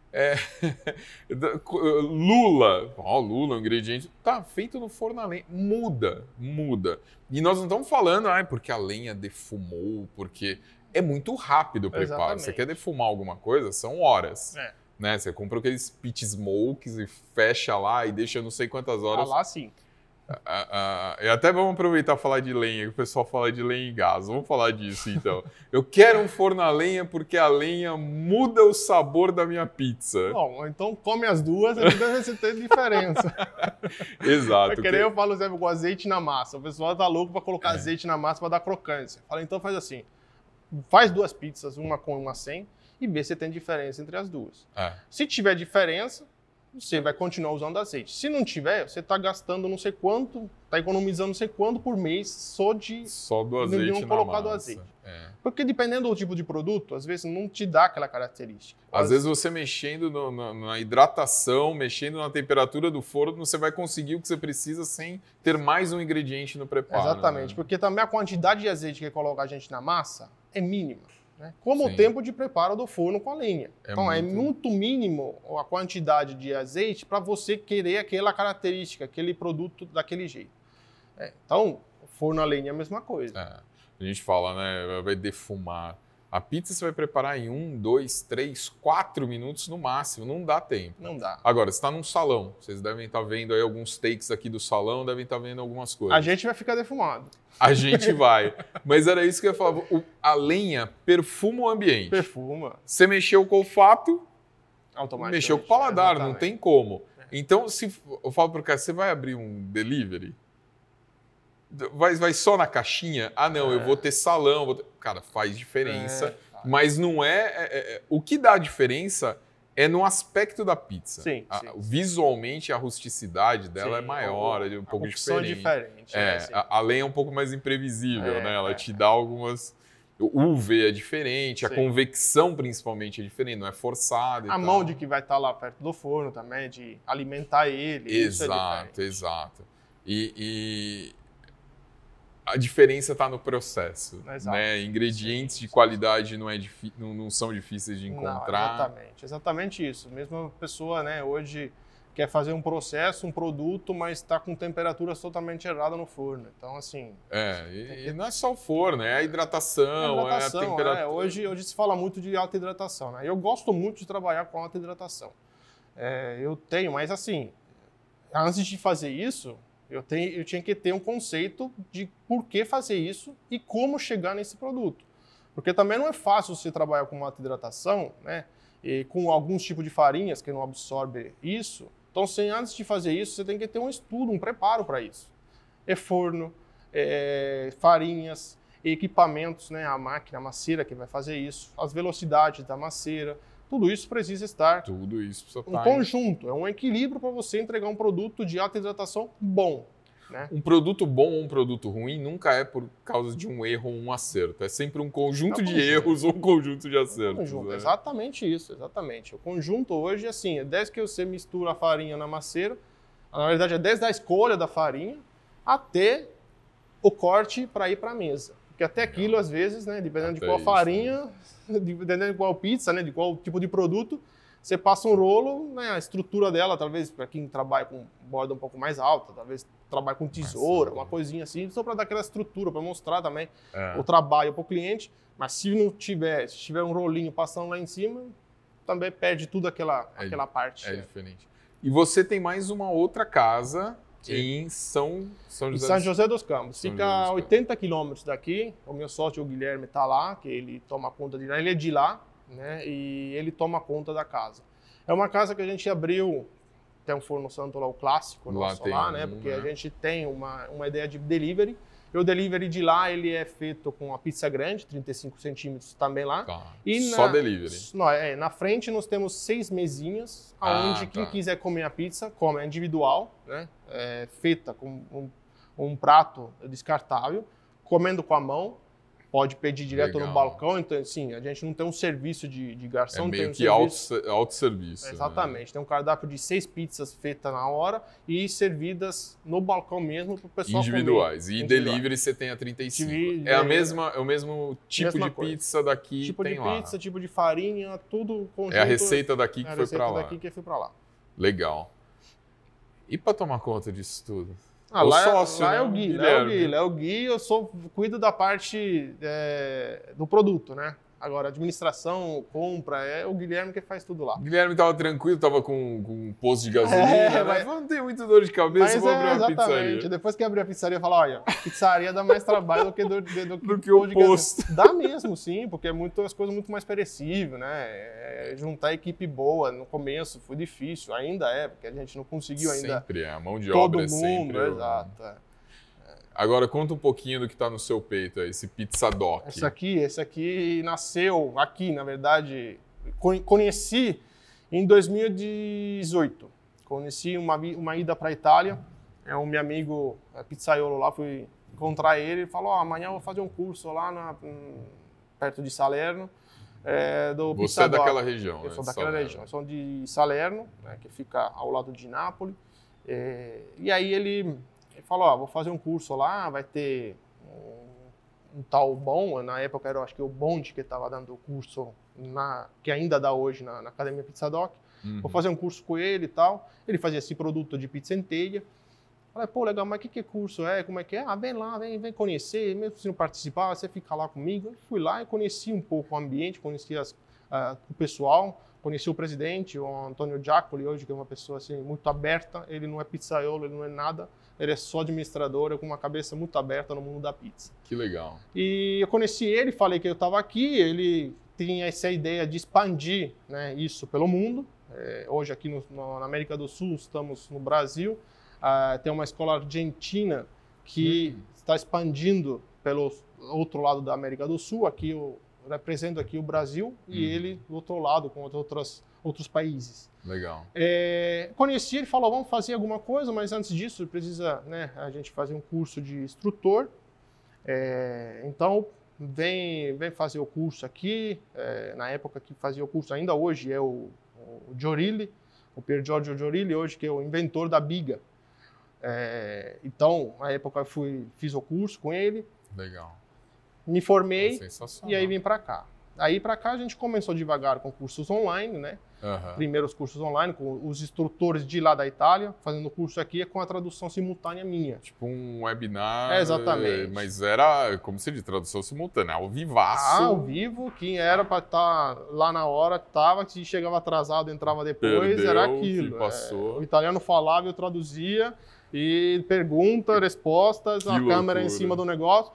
lula, lula, um ingrediente, tá feito no forno a lenha, muda. E nós não estamos falando, porque a lenha defumou, porque é muito rápido o preparo. Exatamente. Você quer defumar alguma coisa, são horas. Né? Você compra aqueles pit smokes e fecha lá e deixa não sei quantas horas. Lá sim. E até vamos aproveitar e falar de lenha, que o pessoal fala de lenha e gás. Vamos falar disso, então. Eu quero um forno a lenha porque a lenha muda o sabor da minha pizza. Bom, então come as duas e deve você ter diferença. Exato. Porque eu falo, exemplo, com azeite na massa. O pessoal tá louco para colocar azeite na massa para dar crocância. Fala, então faz assim, faz 2 pizzas, uma com uma sem, e vê se tem diferença entre as duas. Se tiver diferença, você vai continuar usando azeite. Se não tiver, você está gastando não sei quanto, está economizando não sei quanto por mês só do azeite na colocar massa. Do azeite. Porque dependendo do tipo de produto, às vezes não te dá aquela característica. Às vezes você mexendo na hidratação, mexendo na temperatura do forno, você vai conseguir o que você precisa sem ter mais um ingrediente no preparo. Exatamente, né? Porque também a quantidade de azeite que coloca a gente na massa é mínima. Né? Como o tempo de preparo do forno com a lenha. Então, é muito mínimo a quantidade de azeite para você querer aquela característica, aquele produto daquele jeito. Então, forno a lenha é a mesma coisa. A gente fala, né? Vai defumar. A pizza você vai preparar em 1, 2, 3, 4 minutos no máximo. Não dá tempo. Não dá. Agora, você está num salão. Vocês devem estar vendo aí alguns takes aqui do salão, devem estar vendo algumas coisas. A gente vai ficar defumado. A gente vai. Mas era isso que eu ia falar. A lenha perfuma o ambiente. Perfuma. Você mexeu com o olfato, automaticamente. Mexeu com o paladar, não tem como. Então, se eu falo para o cara, você vai abrir um delivery? Vai só na caixinha? Não, eu vou ter salão. Cara, faz diferença. Mas não o que dá a diferença é no aspecto da pizza. Sim. Visualmente, a rusticidade dela é maior, é um pouco diferente. A lenha é um pouco mais imprevisível, né? Ela te dá algumas... O UV é diferente, a convecção principalmente é diferente, não é forçada. A mão de que vai estar lá perto do forno também, de alimentar ele. Exato. E a diferença está no processo. Né? Ingredientes de qualidade não são difíceis de encontrar. Não, exatamente isso. Mesmo a pessoa, né, hoje quer fazer um processo, um produto, mas está com temperaturas totalmente erradas no forno. Então, assim... E não é só o forno, é a hidratação, a temperatura. Hoje se fala muito de alta hidratação. Né? Eu gosto muito de trabalhar com alta hidratação. Eu tenho, mas assim, antes de fazer isso, eu tinha que ter um conceito de por que fazer isso e como chegar nesse produto. Porque também não é fácil você trabalhar com alta hidratação, né? E com alguns tipos de farinhas que não absorvem isso, Então, antes de fazer isso, você tem que ter um estudo, um preparo para isso. É forno, farinhas, equipamentos, né? A máquina, a maceira que vai fazer isso, as velocidades da maceira, tudo isso precisa estar Tudo isso precisa um conjunto, é um equilíbrio para você entregar um produto de alta hidratação bom. Né? Um produto bom ou um produto ruim nunca é por causa de um erro ou um acerto. É sempre um conjunto de erros ou um conjunto de acertos. Né? Exatamente isso, exatamente. O conjunto hoje, assim, desde que você mistura a farinha na maceira, na verdade é desde a escolha da farinha até o corte para ir para a mesa. Porque até aquilo, às vezes, né, dependendo de qual farinha, dependendo de qual pizza, né, de qual tipo de produto, você passa um rolo, né, a estrutura dela, talvez para quem trabalha com borda um pouco mais alta, talvez trabalha com tesoura, uma coisinha assim, só para dar aquela estrutura, para mostrar também o trabalho para o cliente. Mas se tiver um rolinho passando lá em cima, também perde tudo aquela parte. É diferente. E você tem mais uma outra casa em São José dos Campos. Fica a 80 quilômetros daqui. O meu sócio, o Guilherme, está lá, que ele toma conta de lá. Ele é de lá, né? E ele toma conta da casa. É uma casa que a gente abriu, tem um forno santo lá, o clássico nosso lá, né? Porque a gente tem uma ideia de delivery. E o delivery de lá, ele é feito com a pizza grande, 35 centímetros também lá. Tá. E só delivery? Na frente nós temos 6 mesinhas, onde quem quiser comer a pizza, come individual, né? Feita com um prato descartável, comendo com a mão. Pode pedir direto no balcão, então assim, a gente não tem um serviço de garçom. É meio tem autosserviço. Exatamente, né? Tem um cardápio de 6 pizzas feitas na hora e servidas no balcão mesmo para o pessoal individuais. comer. E delivery você tem a 35. É o mesmo tipo de pizza daqui tipo tem de lá. Pizza, tipo de farinha, tudo conjunto. É a receita daqui que foi para lá. Legal. E para tomar conta disso tudo? Lá é o Gui, eu cuido da parte do produto, né? Agora, administração, compra, é o Guilherme que faz tudo lá. O Guilherme estava tranquilo, estava com um posto de gasolina, mas não tem muita dor de cabeça, vou abrir uma pizzaria. Depois que abrir a pizzaria, eu falo, olha, pizzaria dá mais trabalho do que o posto. Dá mesmo, sim, porque as coisas muito mais perecíveis, né? Juntar equipe boa no começo foi difícil, ainda é, porque a gente não conseguiu ainda. Sempre a mão de obra é sempre. Todo mundo, exato. Agora, conta um pouquinho do que está no seu peito, esse Pizza Doc. Esse aqui nasceu aqui, na verdade, conheci em 2018. Conheci uma ida para a Itália, um meu amigo pizzaiolo lá, fui encontrar ele falou, amanhã eu vou fazer um curso lá perto de Salerno, do Pizza Doc. Você é daquela região, Eu sou daquela região, eu sou de Salerno, né, que fica ao lado de Nápoles. E aí ele falou, vou fazer um curso lá, vai ter um tal bom, na época era acho que o Bonde que estava dando o curso, que ainda dá hoje na Academia Pizza Doc. Vou fazer um curso com ele e tal. Ele fazia esse produto de pizza inteira. Falei, pô, legal, mas que curso é? Como é que é? Vem lá, vem conhecer, mesmo se não participar, você fica lá comigo. Eu fui lá e conheci um pouco o ambiente, conheci o pessoal, conheci o presidente, o Antônio Giacoli, hoje, que é uma pessoa assim, muito aberta. Ele não é pizzaiolo, ele não é nada. Ele é só administrador, com uma cabeça muito aberta no mundo da pizza. Que legal. E eu conheci ele, falei que eu estava aqui, ele tinha essa ideia de expandir, né, isso pelo mundo. Hoje aqui na América do Sul, estamos no Brasil, tem uma escola argentina que está expandindo pelo outro lado da América do Sul, aqui eu represento aqui o Brasil e ele do outro lado com outros países. Legal. Conheci ele, falou, vamos fazer alguma coisa, mas antes disso precisa, né, a gente fazer um curso de instrutor. Então, vem fazer o curso aqui. Na época que fazia o curso, ainda hoje é o Giorilli, o Pier Giorgio Giorilli, hoje que é o inventor da biga. Então, na época eu fiz o curso com ele. Legal. Me formei e aí vim para cá. Aí para cá a gente começou devagar com cursos online, né? Primeiros cursos online com os instrutores de lá da Itália, fazendo o curso aqui com a tradução simultânea minha. Tipo um webinar. Exatamente. Mas era, como se diz, tradução simultânea, ao vivaço. Ao vivo, quem era para estar lá na hora, estava, se chegava atrasado, entrava depois, era aquilo. Passou. O italiano falava, eu traduzia, e pergunta, respostas, a câmera em cima do negócio.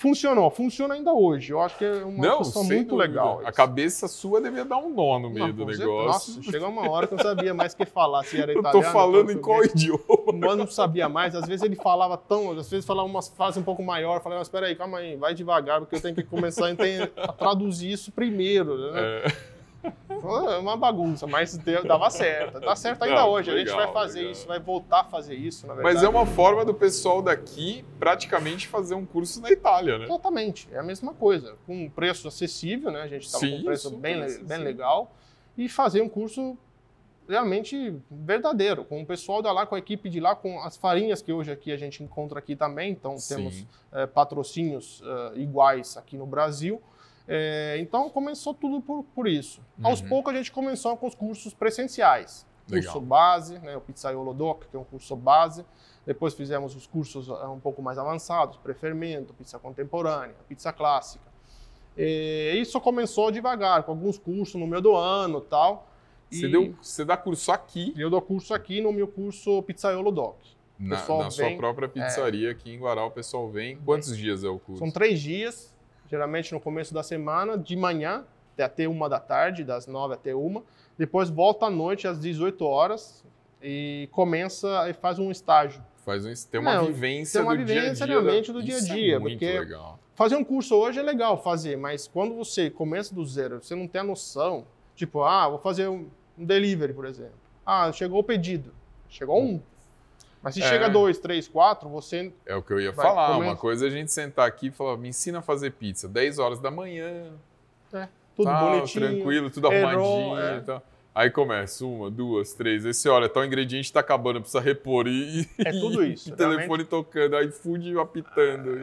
funciona ainda hoje. Eu acho que é uma questão muito legal. A cabeça sua devia dar um nó no meio do negócio. Nossa, chega uma hora que eu não sabia mais o que falar, se era italiano. Eu tô falando em qual idioma? Eu não sabia mais. Às vezes ele falava às vezes falava umas frases um pouco maior. Eu falei, mas espera aí, calma aí, vai devagar, porque eu tenho que começar a traduzir isso primeiro, né? É uma bagunça, mas dava certo. Dá certo ainda hoje. A gente vai fazer isso, vai voltar a fazer isso, na verdade. Mas é uma forma do pessoal daqui praticamente fazer um curso na Itália, né? Exatamente, é a mesma coisa. Com um preço acessível, né? A gente estava com um preço bem legal. E fazer um curso realmente verdadeiro, com o pessoal da lá, com a equipe de lá, com as farinhas que hoje aqui a gente encontra aqui também. Então temos patrocínios iguais aqui no Brasil. Então começou tudo por isso. Aos poucos a gente começou com os cursos presenciais. Curso base, né, o Pizzaiolo Doc, que é um curso base. Depois fizemos os cursos um pouco mais avançados, pré-fermento, pizza contemporânea, pizza clássica. E isso começou devagar, com alguns cursos no meio do ano e tal. Você dá curso aqui? Eu dou curso aqui no meu curso Pizzaiolo Doc. Na sua própria pizzaria aqui em Guará, o pessoal vem. Quantos dias é o curso? São 3 dias. Geralmente no começo da semana, de manhã até 1 da tarde, das 9 até 1. Depois volta à noite às 18 horas e começa e faz um estágio. Tem uma vivência do dia a dia. Realmente do dia a dia. É muito porque legal. Fazer um curso hoje é legal fazer, mas quando você começa do zero, você não tem a noção, tipo, vou fazer um delivery, por exemplo. Chegou o pedido. Chegou um. Mas se chega 2, 3, 4, você... É o que eu ia falar. Uma coisa é a gente sentar aqui e falar, me ensina a fazer pizza. 10 horas da manhã. Tudo bonitinho. Tranquilo, tudo arrumadinho e tal. Aí começa 1, 2, 3. Aí você olha, tal ingrediente está acabando, precisa repor. É tudo isso. O telefone tocando, aí iFood apitando.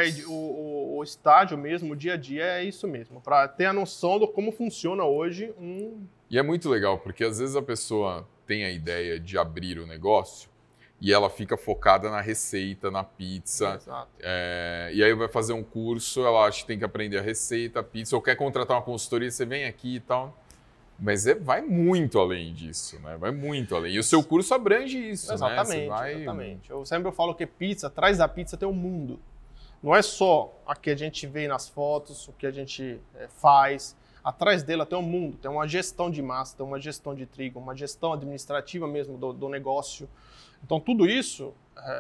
O estágio mesmo, o dia a dia é isso mesmo. Para ter a noção de como funciona hoje E é muito legal, porque às vezes a pessoa tem a ideia de abrir o negócio e ela fica focada na receita, na pizza. Exato. E aí vai fazer um curso, ela acha que tem que aprender a receita, a pizza, ou quer contratar uma consultoria, você vem aqui e tal. Mas vai muito além disso, né? Vai muito além. E o seu curso abrange isso, exatamente, né? Exatamente. Eu sempre falo que atrás da pizza tem um mundo. Não é só a que a gente vê nas fotos, o que a gente faz. Atrás dela tem um mundo, tem uma gestão de massa, tem uma gestão de trigo, uma gestão administrativa mesmo do negócio. Então, tudo isso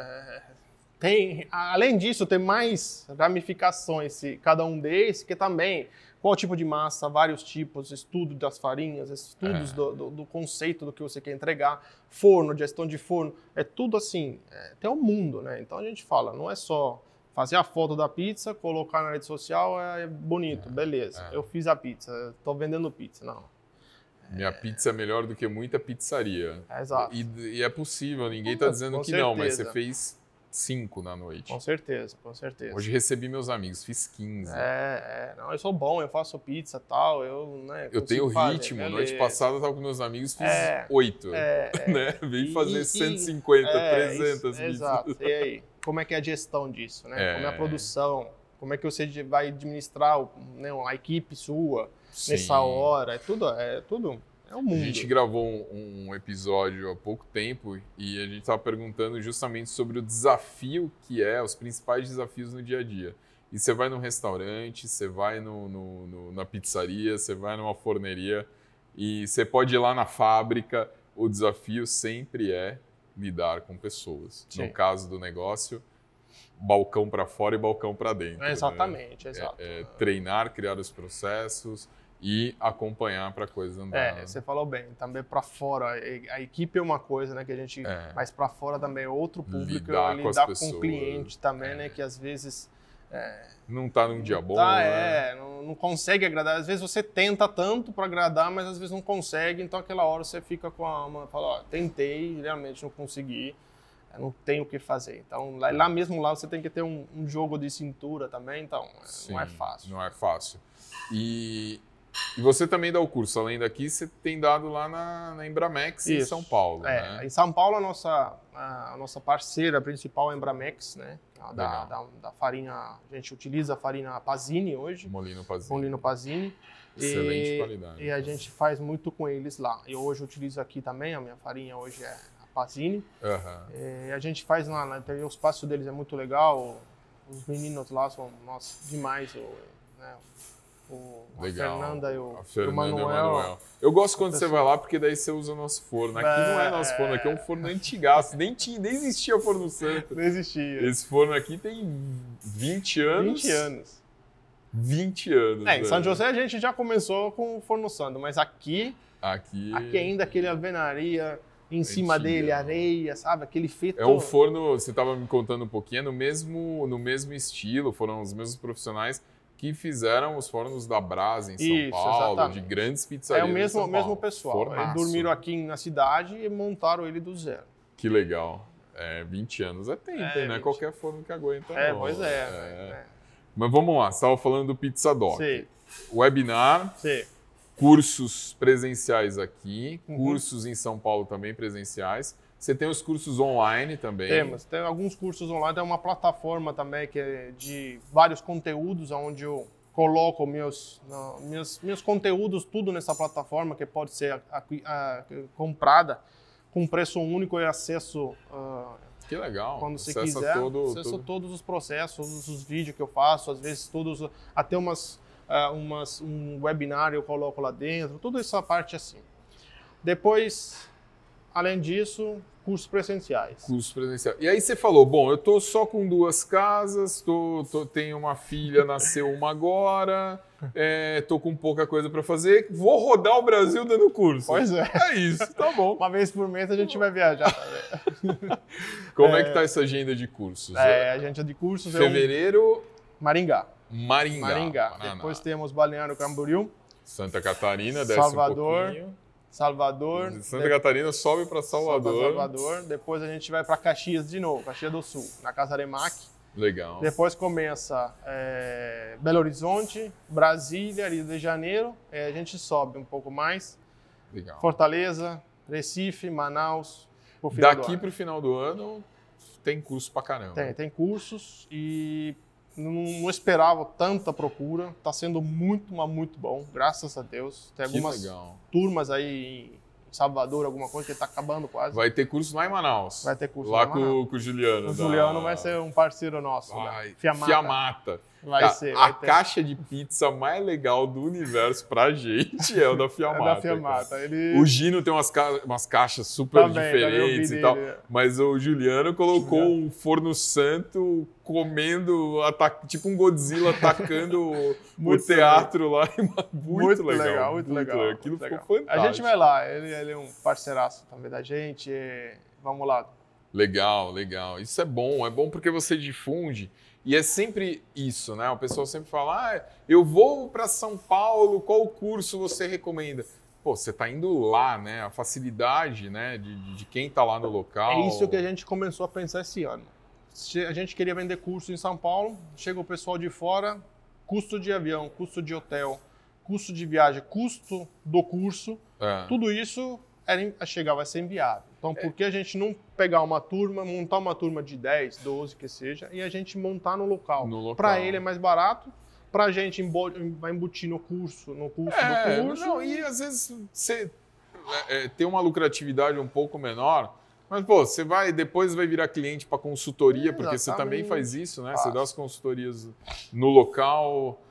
além disso, tem mais ramificações, cada um desses, que também, qual tipo de massa, vários tipos, estudo das farinhas, estudos do conceito do que você quer entregar, forno, gestão de forno, é tudo assim, tem um mundo, né? Então, a gente fala, não é só fazer a foto da pizza, colocar na rede social, é bonito, beleza, eu fiz a pizza, estou vendendo pizza, não. Minha pizza é melhor do que muita pizzaria. Exato. E é possível, ninguém está dizendo que não, mas você fez 5 na noite. Com certeza, com certeza. Hoje recebi meus amigos, fiz 15. Não, eu sou bom, eu faço pizza e tal, eu tenho ritmo, noite passada eu estava com meus amigos, fiz 8, né? Vim fazer 150, 300 pizzas. Exato, e aí? Como é que é a gestão disso, né? Como é a produção, como é que você vai administrar a equipe sua nessa hora, é tudo um mundo. A gente gravou um episódio há pouco tempo e a gente estava perguntando justamente sobre o desafio que os principais desafios no dia a dia. E você vai num restaurante, você vai na pizzaria, você vai numa forneria e você pode ir lá na fábrica, o desafio sempre é lidar com pessoas. Sim. No caso do negócio, balcão para fora e balcão para dentro. Exatamente, né? exato. Treinar, criar os processos e acompanhar para a coisa andar. Você falou bem. Também para fora, a equipe é uma coisa, né, que a gente... Mas para fora também é outro público. Lidar com o cliente também, né, que às vezes... não está num dia bom, né? Não consegue agradar. Às vezes você tenta tanto para agradar, mas às vezes não consegue. Então aquela hora você fica com a alma, fala, tentei, realmente não consegui. Não tem o que fazer. Então, lá mesmo você tem que ter um jogo de cintura também, então Sim, não é fácil. Não é fácil. E você também dá o curso, além daqui, você tem dado lá na Embramex, em São Paulo, né? Em São Paulo, a nossa parceira principal é a Embramex, né? Da farinha, a gente utiliza a farinha Pasini hoje. Molino Pasini. Molino Pasini. Excelente qualidade. E a gente faz muito com eles lá. E hoje eu utilizo aqui também, a minha farinha hoje é Pasini. A gente faz lá, o espaço deles é muito legal, os meninos lá são, nossa, demais. A Fernanda e o Manuel. Eu gosto quando você vai lá, porque daí você usa o nosso forno. Aqui não é nosso forno, aqui é um forno antigaço. Nem existia Forno Santo. Não existia. Esse forno aqui tem 20 anos. 20 anos. 20 anos. Em São José a gente já começou com o Forno Santo, mas aqui ainda aquele alvenaria em cima dele, areia, sabe? Aquele feito. É um forno, você estava me contando um pouquinho, no mesmo estilo, foram os mesmos profissionais que fizeram os fornos da Brasa em São Paulo, exatamente. De grandes pizzarias. É o mesmo pessoal. Eles dormiram aqui na cidade e montaram ele do zero. Que legal. 20 anos é tempo, né? 20. Qualquer forno que aguenta. Pois é. Mas vamos lá, você estava falando do Pizza Doc. Sim. Webinar, sim. Cursos presenciais aqui, cursos em São Paulo também presenciais. Você tem os cursos online também? Tem alguns cursos online, tem uma plataforma também que é de vários conteúdos, onde eu coloco meus conteúdos, tudo nessa plataforma, que pode ser comprada com preço único e acesso que legal. Quando você quiser. Acesso todos os processos, todos os vídeos que eu faço, às vezes até um webinar eu coloco lá dentro, toda essa parte assim. Depois, além disso, cursos presenciais. Cursos presenciais. E aí você falou, bom, eu tô só com 2 casas, tenho uma filha, nasceu uma agora, tô com pouca coisa para fazer, vou rodar o Brasil dando curso. Pois é. É isso, tá bom. Uma vez por mês a gente vai viajar. Como é que tá essa agenda de cursos? A agenda de cursos Fevereiro... Maringá. Paraná. Depois temos Balneário Camboriú. Santa Catarina, desce Salvador. Um pouquinho. Salvador. Santa Catarina sobe para Salvador. Depois a gente vai para Caxias de novo, Caxias do Sul, na Casa Aremac. Legal. Depois começa Belo Horizonte, Brasília, Rio de Janeiro. A gente sobe um pouco mais. Legal. Fortaleza, Recife, Manaus. Daqui para o final do ano tem curso pra caramba. Tem cursos e não esperava tanta procura. Está sendo muito, mas muito bom, graças a Deus. Tem algumas turmas aí em Salvador, alguma coisa que está acabando quase. Vai ter curso lá em Manaus. Vai ter curso lá em Manaus. Com o Juliano. O Juliano vai ser um parceiro nosso. Fiamata. A caixa de pizza mais legal do universo pra gente é o da Fiamata. O Gino tem umas caixas super diferentes e tal. Mas o Juliano colocou um Forno Santo comendo, tipo um Godzilla atacando o teatro lá. Muito legal. Aquilo ficou fantástico. A gente vai lá, ele é um parceiraço também da gente. Vamos lá. Legal. Isso é bom porque você difunde. E é sempre isso, né? O pessoal sempre fala, eu vou para São Paulo, qual curso você recomenda? Pô, você está indo lá, né? A facilidade, né, de quem está lá no local. É isso que a gente começou a pensar esse ano. A gente queria vender curso em São Paulo, chega o pessoal de fora, custo de avião, custo de hotel, custo de viagem, custo do curso, tudo isso chegava a ser inviável. Então, por que a gente não pegar uma turma, montar uma turma de 10, 12, que seja, e a gente montar no local? Para ele é mais barato, para a gente vai embutir no curso do curso. Não, e às vezes você tem uma lucratividade um pouco menor, mas, pô, depois vai virar cliente para consultoria, porque você também faz isso, né? Você dá as consultorias no local.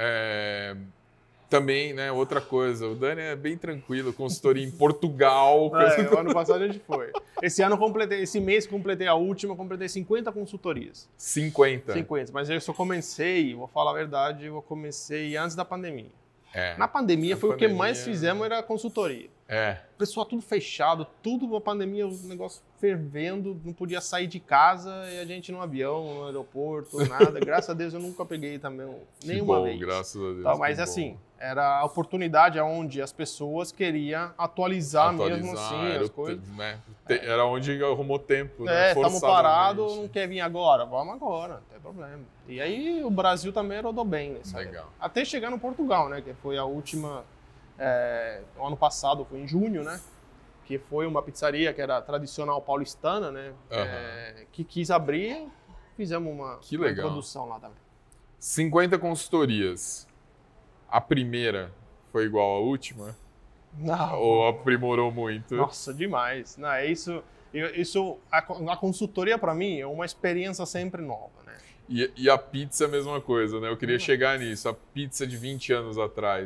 Também, né? Outra coisa, o Dani é bem tranquilo, consultoria em Portugal. O ano passado a gente foi. Esse mês completei a última, completei 50 consultorias. 50? 50, mas eu só comecei, vou falar a verdade, eu comecei antes da pandemia. Na pandemia o que mais fizemos era consultoria. O pessoal tudo fechado, tudo na pandemia, o negócio fervendo, não podia sair de casa e a gente no avião, no aeroporto, nada. Graças a Deus eu nunca peguei também nenhuma vez. Graças a Deus. Então, mas assim, era a oportunidade onde as pessoas queriam atualizar mesmo assim as coisas. Né? Era onde arrumou tempo, né? Estamos parados, não quer vir agora? Vamos agora, não tem problema. E aí o Brasil também rodou bem. Legal. Até chegar no Portugal, né? Que foi a última... o ano passado, foi em junho, né? Que foi uma pizzaria que era tradicional paulistana, né? Que quis abrir, fizemos uma produção lá também. 50 consultorias. A primeira foi igual à última? Não. Ou aprimorou muito? Nossa, demais. Não, a consultoria para mim é uma experiência sempre nova, né? E a pizza é a mesma coisa, né? Eu queria chegar nisso. A pizza de 20 anos atrás.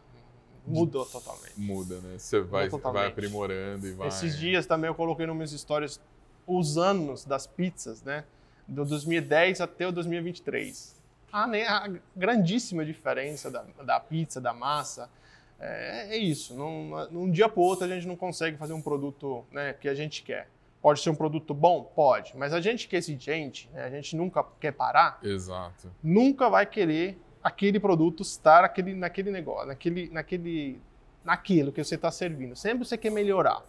Mudou totalmente. Muda, né? Você vai aprimorando e vai... Esses dias também eu coloquei nas minhas histórias os anos das pizzas, né? Do 2010 até o 2023. A grandíssima diferença da pizza, da massa. É isso. Num dia para o outro a gente não consegue fazer um produto, né, que a gente quer. Pode ser um produto bom? Pode. Mas a gente que é exigente, né, a gente nunca quer parar. Exato. Nunca vai querer aquele produto estar naquele negócio, naquilo que você está servindo. Sempre você quer melhorar.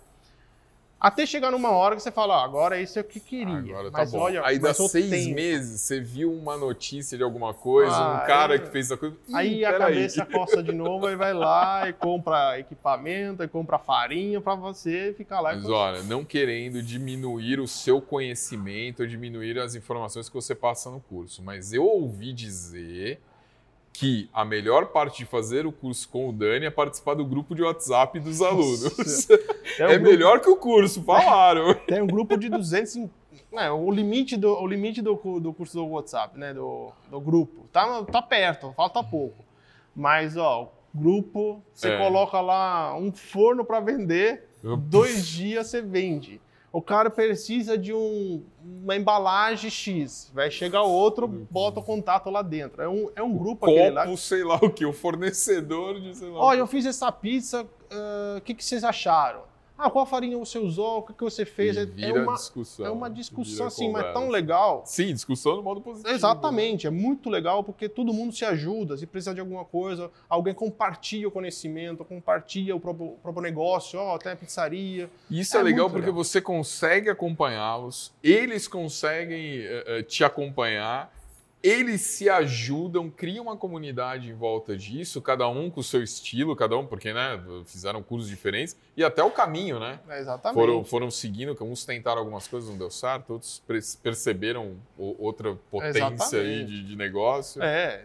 Até chegar numa hora que você fala, agora isso é o que queria. Agora tá mas bom. Olha, aí dá 6 tempo. meses, você viu uma notícia de alguma coisa, um cara que fez a coisa... Aí a cabeça coça de novo, aí vai lá e compra equipamento, e compra farinha para você ficar lá. Mas olha, não querendo diminuir o seu conhecimento, ou diminuir as informações que você passa no curso, mas eu ouvi dizer que a melhor parte de fazer o curso com o Dani é participar do grupo de WhatsApp dos alunos. Melhor que o curso, falaram. Tem um grupo de 250... o limite do curso do WhatsApp, né, do grupo, tá perto, falta pouco. Mas, o grupo, você coloca lá um forno para vender, 2 dias você vende. O cara precisa de uma embalagem X, vai chegar outro, bota o contato lá dentro. É um grupo aquele lá. Sei lá o que, o fornecedor de sei lá. Olha, eu fiz essa pizza, o que vocês acharam? Qual farinha você usou, o que você fez? Discussão. É uma discussão assim, mas tão legal. Sim, discussão no modo positivo. Exatamente, é muito legal porque todo mundo se ajuda. Se precisar de alguma coisa, alguém compartilha o conhecimento, compartilha o próprio negócio, tem a pizzaria. Isso é legal porque você consegue acompanhá-los, eles conseguem te acompanhar, eles se ajudam, criam uma comunidade em volta disso, cada um com o seu estilo, porque né, fizeram cursos diferentes, e até o caminho, né? Exatamente. Foram seguindo, uns tentaram algumas coisas, não deu certo, outros perceberam outra potência aí de negócio.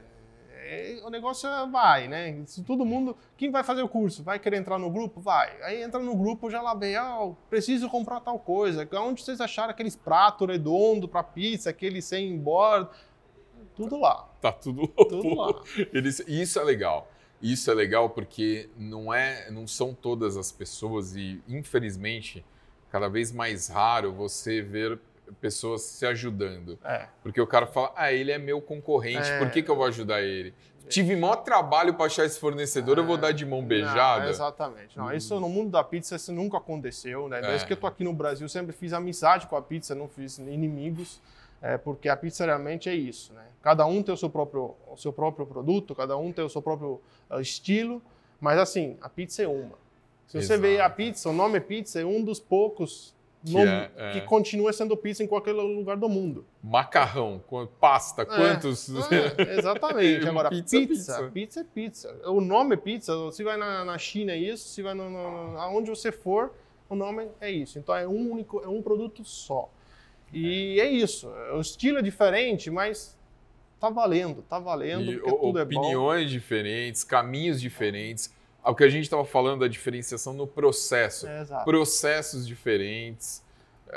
O negócio vai, né? Se todo mundo... Quem vai fazer o curso? Vai querer entrar no grupo? Vai. Aí entra no grupo, já lá vem, preciso comprar tal coisa. Onde vocês acharam aqueles pratos redondos para pizza, aquele sem borda? Tudo lá. Tá tudo lá. Isso é legal. Isso é legal porque não são todas as pessoas e, infelizmente, cada vez mais raro você ver pessoas se ajudando. Porque o cara fala, ele é meu concorrente, por que eu vou ajudar ele? Tive maior trabalho para achar esse fornecedor, eu vou dar de mão beijada? Não, exatamente. Não, isso no mundo da pizza isso nunca aconteceu, né? Desde que eu tô aqui no Brasil, sempre fiz amizade com a pizza, não fiz inimigos. Porque a pizza realmente é isso, né? Cada um tem o seu próprio produto, cada um tem o seu próprio estilo, mas assim, a pizza é uma. Se você vê a pizza, o nome pizza é um dos poucos que continua sendo pizza em qualquer lugar do mundo. Macarrão, pasta, quantos... Exatamente. Agora, pizza é pizza. O nome é pizza, se vai na China é isso, se vai aonde você for, o nome é isso. Então é um produto só. E é isso, o estilo é diferente, mas tá valendo, porque tudo é bom. Opiniões diferentes, caminhos diferentes. O que a gente estava falando da diferenciação no processo. Processos diferentes,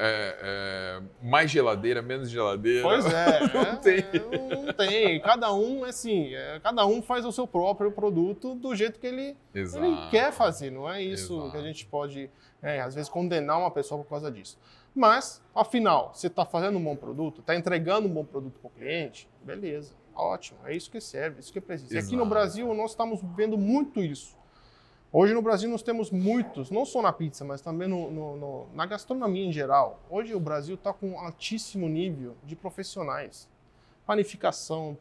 mais geladeira, menos geladeira. Pois Não tem. Cada um faz o seu próprio produto do jeito que ele quer fazer. Não é isso que a gente pode, às vezes, condenar uma pessoa por causa disso. Mas, afinal, você está fazendo um bom produto, está entregando um bom produto para o cliente, beleza, ótimo, é isso que serve, é isso que precisa. E aqui no Brasil nós estamos vendo muito isso. Hoje no Brasil nós temos muitos, não só na pizza, mas também na gastronomia em geral. Hoje o Brasil está com um altíssimo nível de profissionais. Panificação,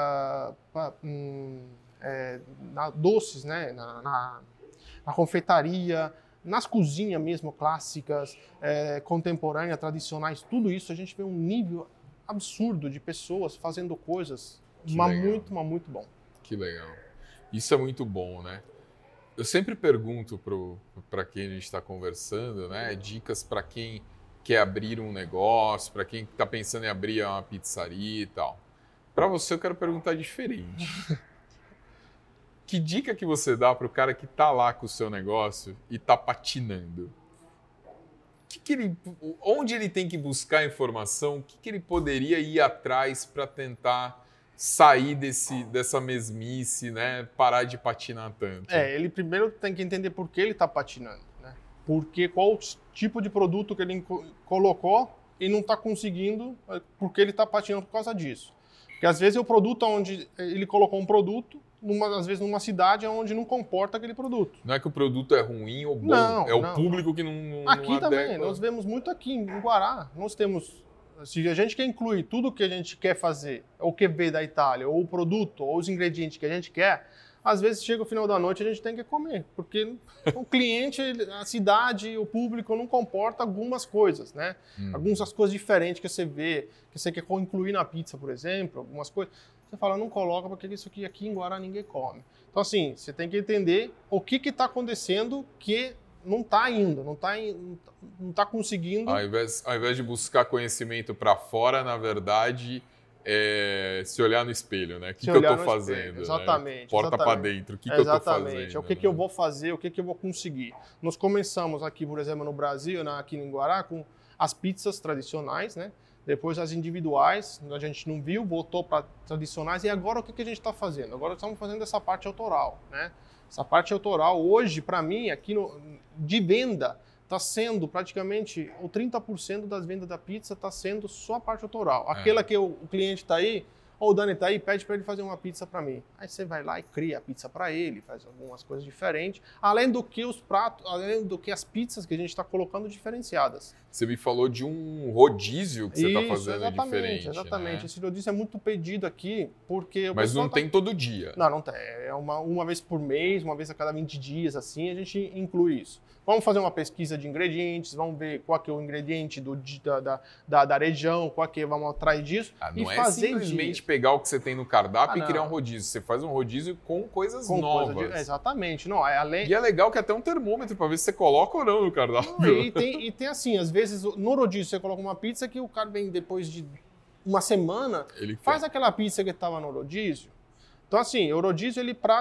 doces, né? na confeitaria, nas cozinhas mesmo, clássicas, contemporâneas, tradicionais, tudo isso a gente vê um nível absurdo de pessoas fazendo coisas muito bom. Que legal. Isso é muito bom, né? Eu sempre pergunto para quem a gente está conversando, né? Dicas para quem quer abrir um negócio, para quem está pensando em abrir uma pizzaria e tal. Para você eu quero perguntar diferente. Que dica que você dá para o cara que está lá com o seu negócio e está patinando? onde ele tem que buscar informação? O que ele poderia ir atrás para tentar sair dessa mesmice, né? Parar de patinar tanto? Ele primeiro tem que entender por que ele está patinando, né? Qual o tipo de produto que ele colocou e não está conseguindo, porque ele está patinando por causa disso. Porque às vezes é o produto onde ele colocou um produto, às vezes numa cidade onde não comporta aquele produto. Não é que o produto é ruim ou bom, o público que não aqui adequa. Também, nós vemos muito aqui em Guará, nós temos, se a gente quer incluir tudo o que a gente quer fazer, ou que vê da Itália, ou o produto, ou os ingredientes que a gente quer, às vezes chega o final da noite e a gente tem que comer, porque o cliente, a cidade, o público não comporta algumas coisas, né? Algumas coisas diferentes que você vê, que você quer incluir na pizza, por exemplo, algumas coisas. Você fala, não coloca, porque isso aqui em Guará ninguém come. Então, assim, você tem que entender o que está acontecendo que não está indo, não está conseguindo. Ao invés de buscar conhecimento para fora, na verdade, se olhar no espelho, né? O que eu estou fazendo? Exatamente. Né? Porta para dentro. O que eu estou fazendo? Exatamente. O que eu vou fazer, o que eu vou conseguir. Nós começamos aqui, por exemplo, no Brasil, aqui em Guará, com as pizzas tradicionais, né? Depois as individuais, a gente não viu, voltou para tradicionais. E agora o que a gente está fazendo? Agora estamos fazendo essa parte autoral, né? Essa parte autoral, hoje, para mim, aqui de venda, está sendo praticamente o 30% das vendas da pizza está sendo só a parte autoral. Aquela que o cliente está aí, ou o Dani está aí, pede para ele fazer uma pizza para mim. Aí você vai lá e cria a pizza para ele, faz algumas coisas diferentes, além do que os pratos, além do que as pizzas que a gente está colocando diferenciadas. Você me falou de um rodízio que você está fazendo diferente. Exatamente. Né? Esse rodízio é muito pedido aqui, porque... Mas não tem todo dia. Não tem. É uma vez por mês, uma vez a cada 20 dias, assim, a gente inclui isso. Vamos fazer uma pesquisa de ingredientes, vamos ver qual que é o ingrediente da região, qual que vamos atrás disso. Não é simplesmente pegar o que você tem no cardápio e criar um rodízio. Você faz um rodízio com coisas novas. Exatamente. E é legal que até um termômetro para ver se você coloca ou não no cardápio. E tem assim, às vezes no rodízio você coloca uma pizza que o cara vem depois de uma semana, faz aquela pizza que estava no rodízio. Então assim, o rodízio ele para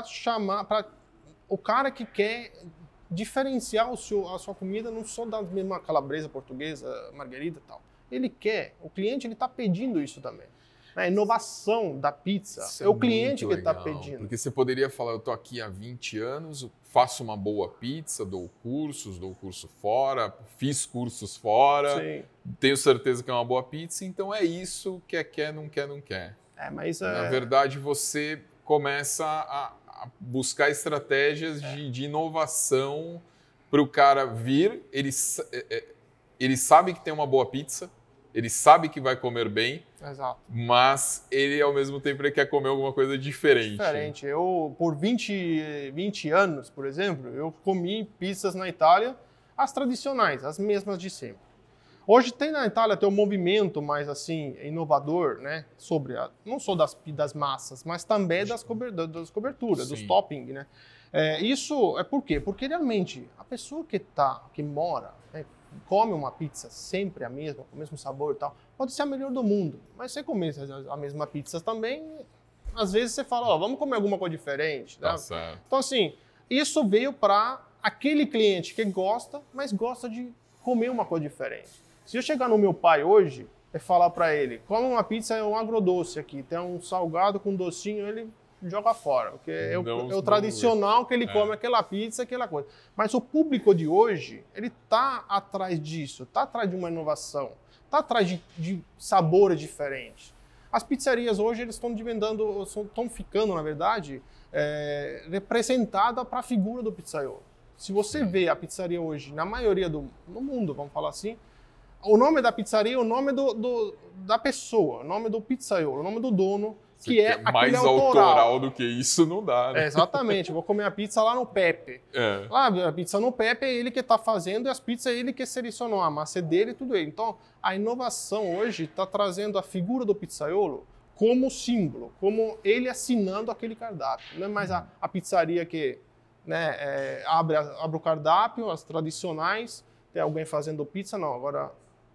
o cara que quer diferenciar a sua comida não só da mesma calabresa portuguesa, marguerita e tal. O cliente ele está pedindo isso também. A inovação da pizza é o cliente que está pedindo. Porque você poderia falar, eu estou aqui há 20 anos, faço uma boa pizza, dou curso fora, fiz cursos fora, tenho certeza que é uma boa pizza, então é isso, quer, não quer. Na verdade, você começa a buscar estratégias de inovação para o cara vir, ele sabe que tem uma boa pizza, ele sabe que vai comer bem, exato, mas ele, ao mesmo tempo, ele quer comer alguma coisa diferente. Eu, por 20 anos, por exemplo, eu comi pizzas na Itália, as tradicionais, as mesmas de sempre. Hoje na Itália tem um movimento mais assim, inovador, né? Não só das massas, mas também das coberturas, dos toppings, né? Isso é por quê? Porque realmente a pessoa que mora, né, come uma pizza sempre a mesma, com o mesmo sabor e tal, pode ser a melhor do mundo. Mas você comer a mesma pizza também, às vezes você fala, vamos comer alguma coisa diferente. Né? Tá certo. Então assim, isso veio para aquele cliente que gosta, mas gosta de comer uma coisa diferente. Se eu chegar no meu pai hoje e falar para ele, come uma pizza, é um agrodoce aqui, tem um salgado com docinho, ele joga fora, porque é o tradicional que ele come aquela pizza, aquela coisa. Mas o público de hoje, ele está atrás disso, está atrás de uma inovação, está atrás de sabores diferentes. As pizzarias hoje, eles estão ficando, na verdade, representada para a figura do pizzaiolo. Se você vê a pizzaria hoje, na maioria do mundo, vamos falar assim, o nome da pizzaria é o nome da pessoa, o nome do pizzaiolo, o nome do dono, que é mais autoral do que isso não dá, né? Exatamente, vou comer a pizza lá no Pepe. Lá, a pizza no Pepe é ele que está fazendo e as pizzas é ele que selecionou, a massa é dele e tudo ele. Então, a inovação hoje está trazendo a figura do pizzaiolo como símbolo, como ele assinando aquele cardápio. Não é mais a pizzaria que abre o cardápio, as tradicionais, tem alguém fazendo pizza, não. Agora,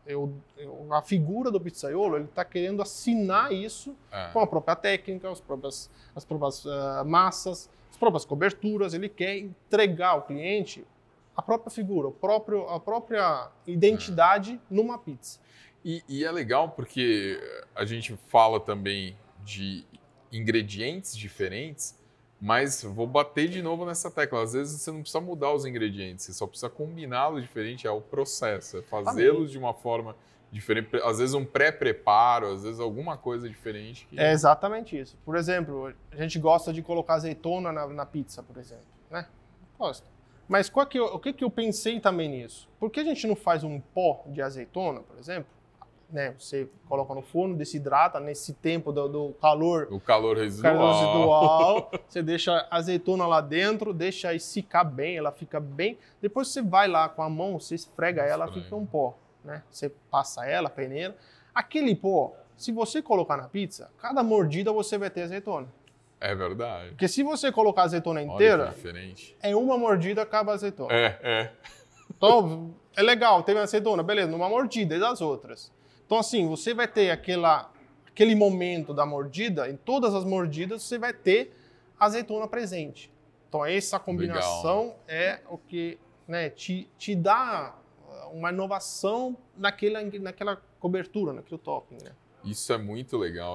a figura do pizzaiolo, ele está querendo assinar isso com a própria técnica, as próprias massas, as próprias coberturas. Ele quer entregar ao cliente a própria figura, a própria identidade numa pizza. E é legal porque a gente fala também de ingredientes diferentes, mas vou bater de novo nessa tecla. Às vezes você não precisa mudar os ingredientes, você só precisa combiná-los diferente, é o processo, é fazê-los de uma forma diferente. Às vezes um pré-preparo, às vezes alguma coisa diferente. É exatamente isso. Por exemplo, a gente gosta de colocar azeitona na pizza, por exemplo, né? Gosta. Mas o que eu pensei também nisso? Por que a gente não faz um pó de azeitona, por exemplo? Né, você coloca no forno, desidrata, nesse tempo do calor... O calor residual. Você deixa a azeitona lá dentro, deixa essicar bem, ela fica bem. Depois você vai lá com a mão, você esfrega ela, fica um pó. Né? Você passa ela, peneira. Aquele pó, se você colocar na pizza, cada mordida você vai ter azeitona. É verdade. Porque se você colocar a azeitona inteira, olha que diferente. É uma mordida, acaba a azeitona. É. Então, é legal, teve azeitona, beleza, numa mordida e das outras. Então, assim, você vai ter aquele momento da mordida, em todas as mordidas você vai ter azeitona presente. Então, essa combinação legal. É o que, né, te dá uma inovação naquela cobertura, naquele topping, né? Isso é muito legal.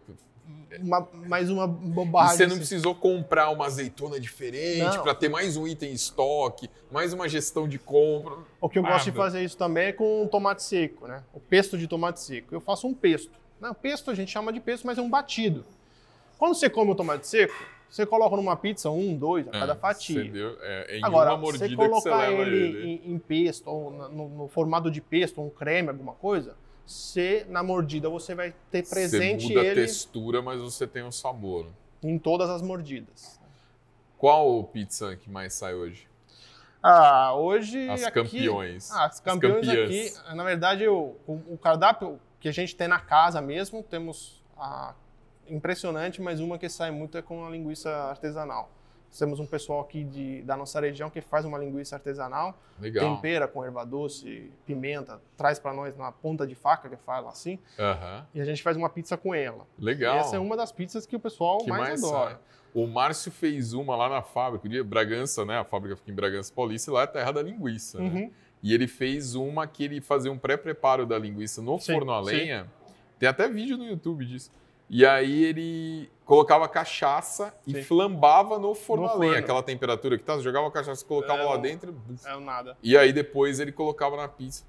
Mais uma bobagem. E você não precisou comprar uma azeitona diferente para ter mais um item em estoque, mais uma gestão de compra. O que eu gosto de fazer isso também é com tomate seco, né? O pesto de tomate seco. Eu faço um pesto. O pesto a gente chama de pesto, mas é um batido. Quando você come o tomate seco, você coloca numa pizza 1, 2 a cada fatia. Em agora, uma mordida você colocar que você leva ele em pesto, ou no formato de pesto, um creme, alguma coisa, na mordida você vai ter presente ele... Você muda ele a textura, mas você tem o sabor. Em todas as mordidas. Qual pizza que mais sai hoje? Hoje... As aqui, campeões. As campeões aqui, na verdade, o cardápio que a gente tem na casa mesmo, temos impressionante, mas uma que sai muito é com a linguiça artesanal. Temos um pessoal aqui da nossa região que faz uma linguiça artesanal, legal. Tempera com erva doce, pimenta, traz para nós na ponta de faca, que fala assim, e a gente faz uma pizza com ela. Legal. E essa é uma das pizzas que o pessoal mais adora. Sai. O Márcio fez uma lá na fábrica, de Bragança, né? A fábrica fica em Bragança Paulista, e lá é a terra da linguiça. Né? E ele fez uma que ele fazia um pré-preparo da linguiça no forno a lenha. Tem até vídeo no YouTube disso. E aí ele colocava cachaça e flambava no forno a lenha, aquela temperatura que tá, você jogava a cachaça, colocava lá dentro. Nada. E aí depois ele colocava na pizza.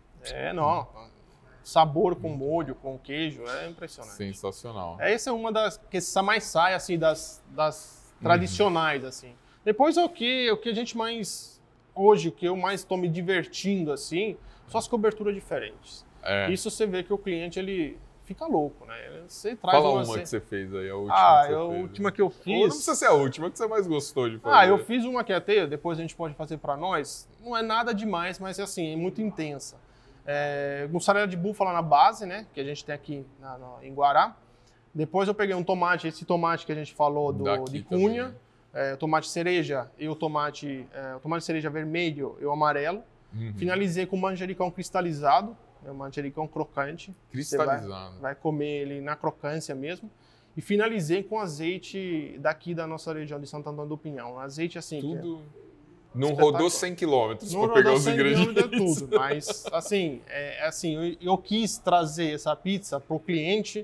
Sabor com molho, com queijo, é impressionante. Sensacional. Essa é uma das que mais sai assim das tradicionais assim. Depois o que a gente mais hoje, o que eu mais estou me divertindo assim, são as coberturas diferentes. Isso você vê que o cliente ele fica louco, né? Você traz Fala uma que você fez aí, a última que eu fiz. Ou não precisa ser a última, que você mais gostou de fazer. Eu fiz uma que até depois a gente pode fazer para nós. Não é nada demais, mas assim, é muito intensa. Mussarela de búfala na base, né? Que a gente tem aqui em Guará. Depois eu peguei esse tomate que a gente falou de Cunha, tomate cereja e o tomate cereja vermelho e o amarelo. Finalizei com manjericão cristalizado. É um manjericão crocante. Cristalizado. Vai comer ele na crocância mesmo. E finalizei com azeite daqui da nossa região de Santo Antônio do Pinhão. Um azeite assim... Tudo... Não rodou 100 quilômetros para pegar os ingredientes. Tudo, mas assim, eu quis trazer essa pizza para o cliente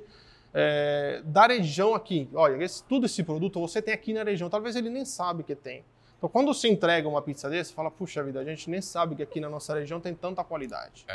da região aqui. Olha, todo esse produto você tem aqui na região. Talvez ele nem sabe que tem. Então, quando você entrega uma pizza desse, você fala, puxa vida, a gente nem sabe que aqui na nossa região tem tanta qualidade.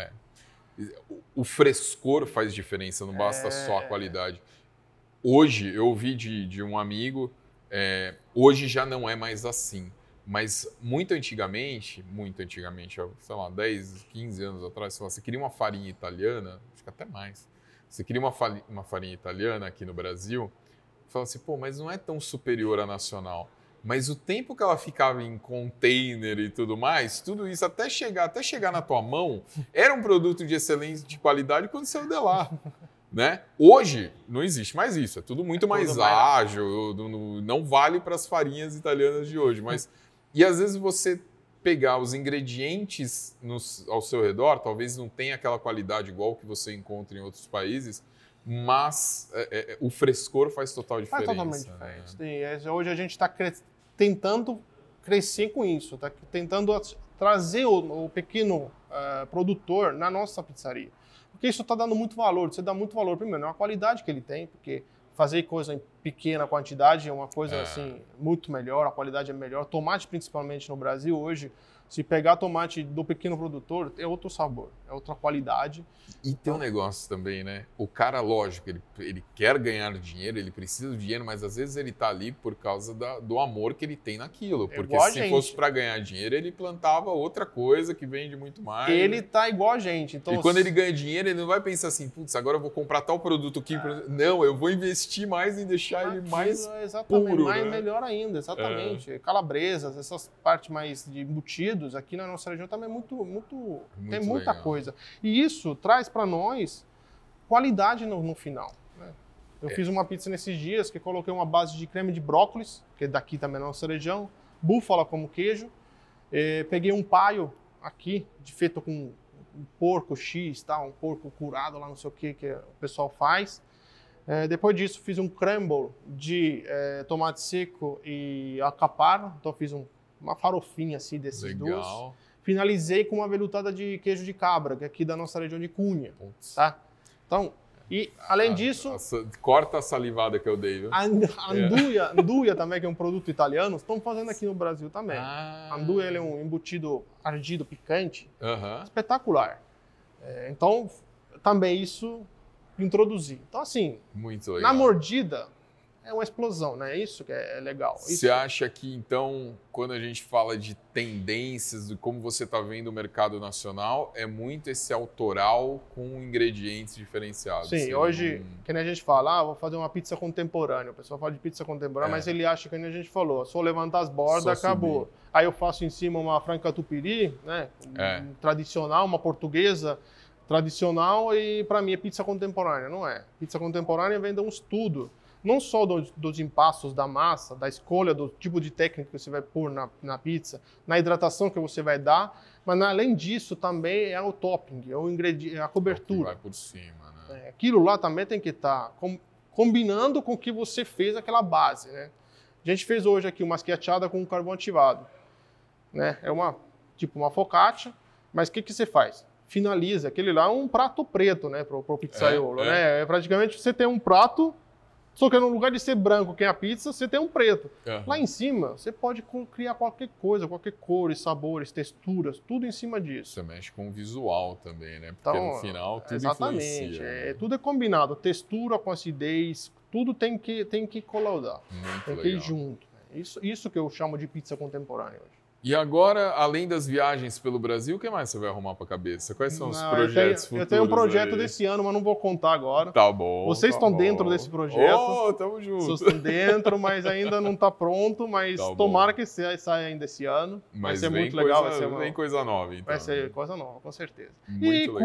O frescor faz diferença, não basta só a qualidade. Hoje, eu ouvi de um amigo, hoje já não é mais assim, mas muito antigamente, sei lá, 10, 15 anos atrás, você queria uma farinha italiana, acho que até mais, você queria uma farinha italiana aqui no Brasil, fala assim, mas não é tão superior à nacional. Mas o tempo que ela ficava em container e tudo mais, tudo isso até chegar na tua mão, era um produto de excelência, de qualidade quando saiu de lá. Né? Hoje não existe mais isso, é tudo muito mais ágil, não vale para as farinhas italianas de hoje. E às vezes você pegar os ingredientes ao seu redor, talvez não tenha aquela qualidade igual que você encontra em outros países, mas o frescor faz total diferença. Faz totalmente diferença. Hoje a gente está tentando crescer com isso, está tentando trazer o pequeno produtor na nossa pizzaria. Porque isso está dando muito valor, você dá muito valor, primeiro, na qualidade que ele tem, porque fazer coisa em pequena quantidade é uma coisa assim muito melhor, a qualidade é melhor. Tomate, principalmente no Brasil, hoje, se pegar tomate do pequeno produtor, é outro sabor, é outra qualidade. E tem um negócio também, né? O cara, lógico, ele quer ganhar dinheiro, ele precisa do dinheiro, mas às vezes ele tá ali por causa do amor que ele tem naquilo. Porque se fosse para ganhar dinheiro, ele plantava outra coisa que vende muito mais. Ele tá igual a gente. Então, e quando ele ganha dinheiro, ele não vai pensar assim, putz, agora eu vou comprar tal produto aqui. Não, eu vou investir mais em deixar ele mais puro, mais né? melhor ainda, exatamente. Calabresas, essas partes mais de embutidos, aqui na nossa região também tem muita legal. coisa. E isso traz para nós qualidade no final. Né? Eu fiz uma pizza nesses dias que coloquei uma base de creme de brócolis, que é daqui também na nossa região, búfala como queijo, peguei um paio aqui, feito com um porco X, tá? Um porco curado lá, não sei o que o pessoal faz. Depois disso, fiz um crumble de tomate seco e alcaparra, então fiz uma farofinha assim desses dois. Finalizei com uma velutada de queijo de cabra, que é aqui da nossa região de Cunha. Tá? Então, e além disso... Corta a salivada que eu dei, viu? Anduia também, que é um produto italiano, estão fazendo aqui no Brasil também. Anduia ele é um embutido ardido, picante, espetacular. Então, também isso introduzi. Então, assim, muito legal. Na mordida... É uma explosão, né? Isso que é legal. Você acha que, então, quando a gente fala de tendências, de como você está vendo o mercado nacional, é muito esse autoral com ingredientes diferenciados? Sim, hoje, que nem a gente fala, vou fazer uma pizza contemporânea. O pessoal fala de pizza contemporânea, mas ele acha que nem a gente falou, só levantar as bordas, acabou. Subir. Aí eu faço em cima uma franca tupiri, né? Tradicional, uma portuguesa tradicional, e para mim é pizza contemporânea. Não é. Pizza contemporânea vem de um estudo. Não só dos impassos da massa, da escolha do tipo de técnica que você vai pôr na pizza, na hidratação que você vai dar, mas além disso também é o topping, é o ingrediente, a cobertura. Que vai por cima, né? Aquilo lá também tem que estar combinando com o que você fez aquela base, né? A gente fez hoje aqui uma schiacciata com carvão ativado, né? É uma focaccia, mas o que você faz? Finaliza, aquele lá é um prato preto, né, pro pizzaiolo, né? Praticamente você tem um prato. Só que no lugar de ser branco, que é a pizza, você tem um preto. Lá em cima, você pode criar qualquer coisa, qualquer cores, sabores, texturas, tudo em cima disso. Você mexe com o visual também, né? Porque então, no final tudo influencia. Né? Tudo é combinado. Textura com acidez, tudo tem que colaudar. Tem que ir junto. Isso que eu chamo de pizza contemporânea hoje. E agora, além das viagens pelo Brasil, o que mais você vai arrumar para a cabeça? Quais são os projetos futuros? Eu tenho um projeto desse ano, mas não vou contar agora. Tá bom. Vocês estão dentro desse projeto. Oh, tamo junto. Vocês estão dentro, mas ainda não está pronto, mas tomara que saia ainda esse ano. Mas vai ser muito legal. Vem coisa nova, então. Vai ser coisa nova, com certeza. Muito e legal.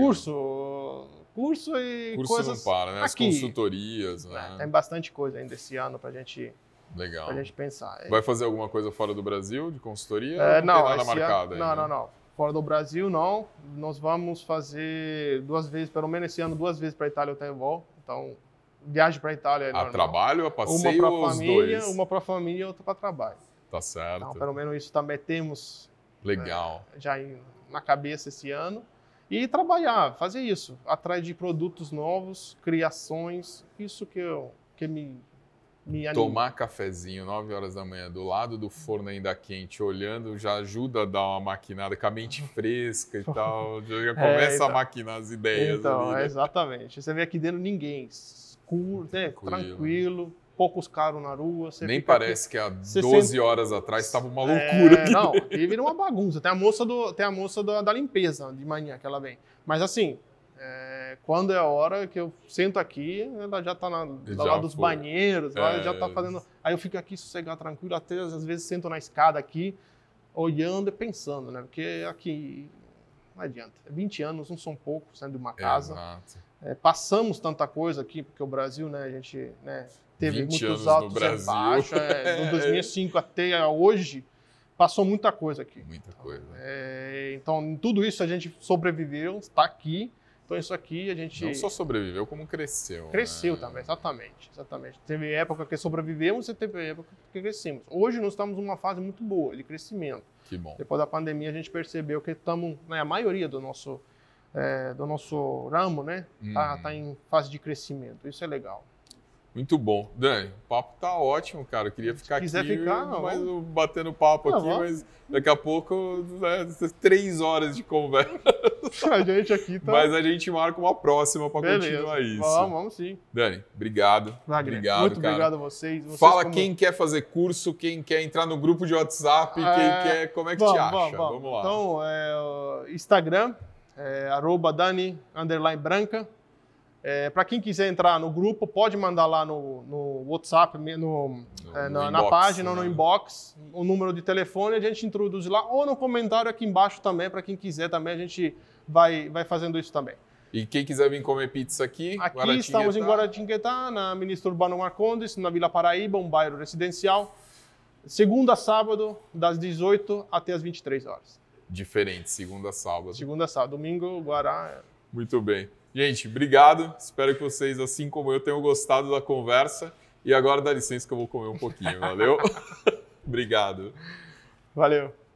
Curso e curso coisas... não para, né? As aqui. Consultorias, né? Tem bastante coisa ainda esse ano pra gente... Legal. Pra gente pensar. Vai fazer alguma coisa fora do Brasil, de consultoria? Não, tem nada marcado ainda? Não. Fora do Brasil, não. Nós vamos fazer 2 vezes, pelo menos esse ano, 2 vezes para a Itália eu tenho voo. Então, viagem para a Itália é normal. A trabalho, a passeio ou os dois? Uma para família e outra para trabalho. Tá certo. Então, pelo menos isso também temos legal. Já na cabeça esse ano. E trabalhar, fazer isso. Atrás de produtos novos, criações. Isso que me tomar cafezinho 9 horas da manhã do lado do forno ainda quente, olhando, já ajuda a dar uma maquinada com a mente fresca e tal. Já começa a maquinar as ideias ali, né? Exatamente. Você vê aqui dentro ninguém. Escuro, tranquilo, poucos carros na rua. Nem parece que há 12 horas atrás estava uma loucura aqui. Não, aqui vira uma bagunça. Tem a moça da limpeza de manhã que ela vem. Mas assim... quando é a hora que eu sento aqui, ela já está lá dos banheiros, ela já está fazendo... Aí eu fico aqui sossegado, tranquilo, até às vezes sento na escada aqui, olhando e pensando, né? Porque aqui não adianta. 20 anos não são poucos, sendo de uma casa. Passamos tanta coisa aqui, porque o Brasil, né, a gente teve muitos altos e baixos. Do 2005 até hoje, passou muita coisa aqui. Muita coisa. Então, tudo isso a gente sobreviveu, está aqui. Então isso aqui a gente... Não só sobreviveu, como cresceu. Cresceu né? também, exatamente. Teve época que sobrevivemos e teve época que crescemos. Hoje nós estamos numa fase muito boa de crescimento. Que bom. Depois da pandemia a gente percebeu que estamos, né, a maioria do nosso ramo, né, tá em fase de crescimento. Isso é legal. Muito bom. Dani, o papo tá ótimo, cara. Eu queria ficar aqui, mas batendo papo aqui, mas daqui a pouco, né, 3 horas de conversa. A gente aqui tá... Mas a gente marca uma próxima para continuar isso. Vamos sim. Dani, obrigado. Obrigado, muito cara. obrigado a vocês. Fala quem quer fazer curso, quem quer entrar no grupo de WhatsApp, quem quer, como é que te acha? Vamos lá. Então, Instagram, @Dani_Branca. Para quem quiser entrar no grupo, pode mandar lá no WhatsApp, na página, no inbox, o número de telefone, a gente introduz lá, ou no comentário aqui embaixo também, para quem quiser também, a gente vai fazendo isso também. E quem quiser vir comer pizza aqui? Aqui estamos em Guaratinguetá, na Ministro Urbano Marcondes, na Vila Paraíba, um bairro residencial, segunda a sábado, das 18 até as 23 horas. Diferente, segunda a sábado. Segunda a sábado, domingo, Guará. Muito bem. Gente, obrigado. Espero que vocês, assim como eu, tenham gostado da conversa. E agora dá licença que eu vou comer um pouquinho, valeu? Obrigado. Valeu.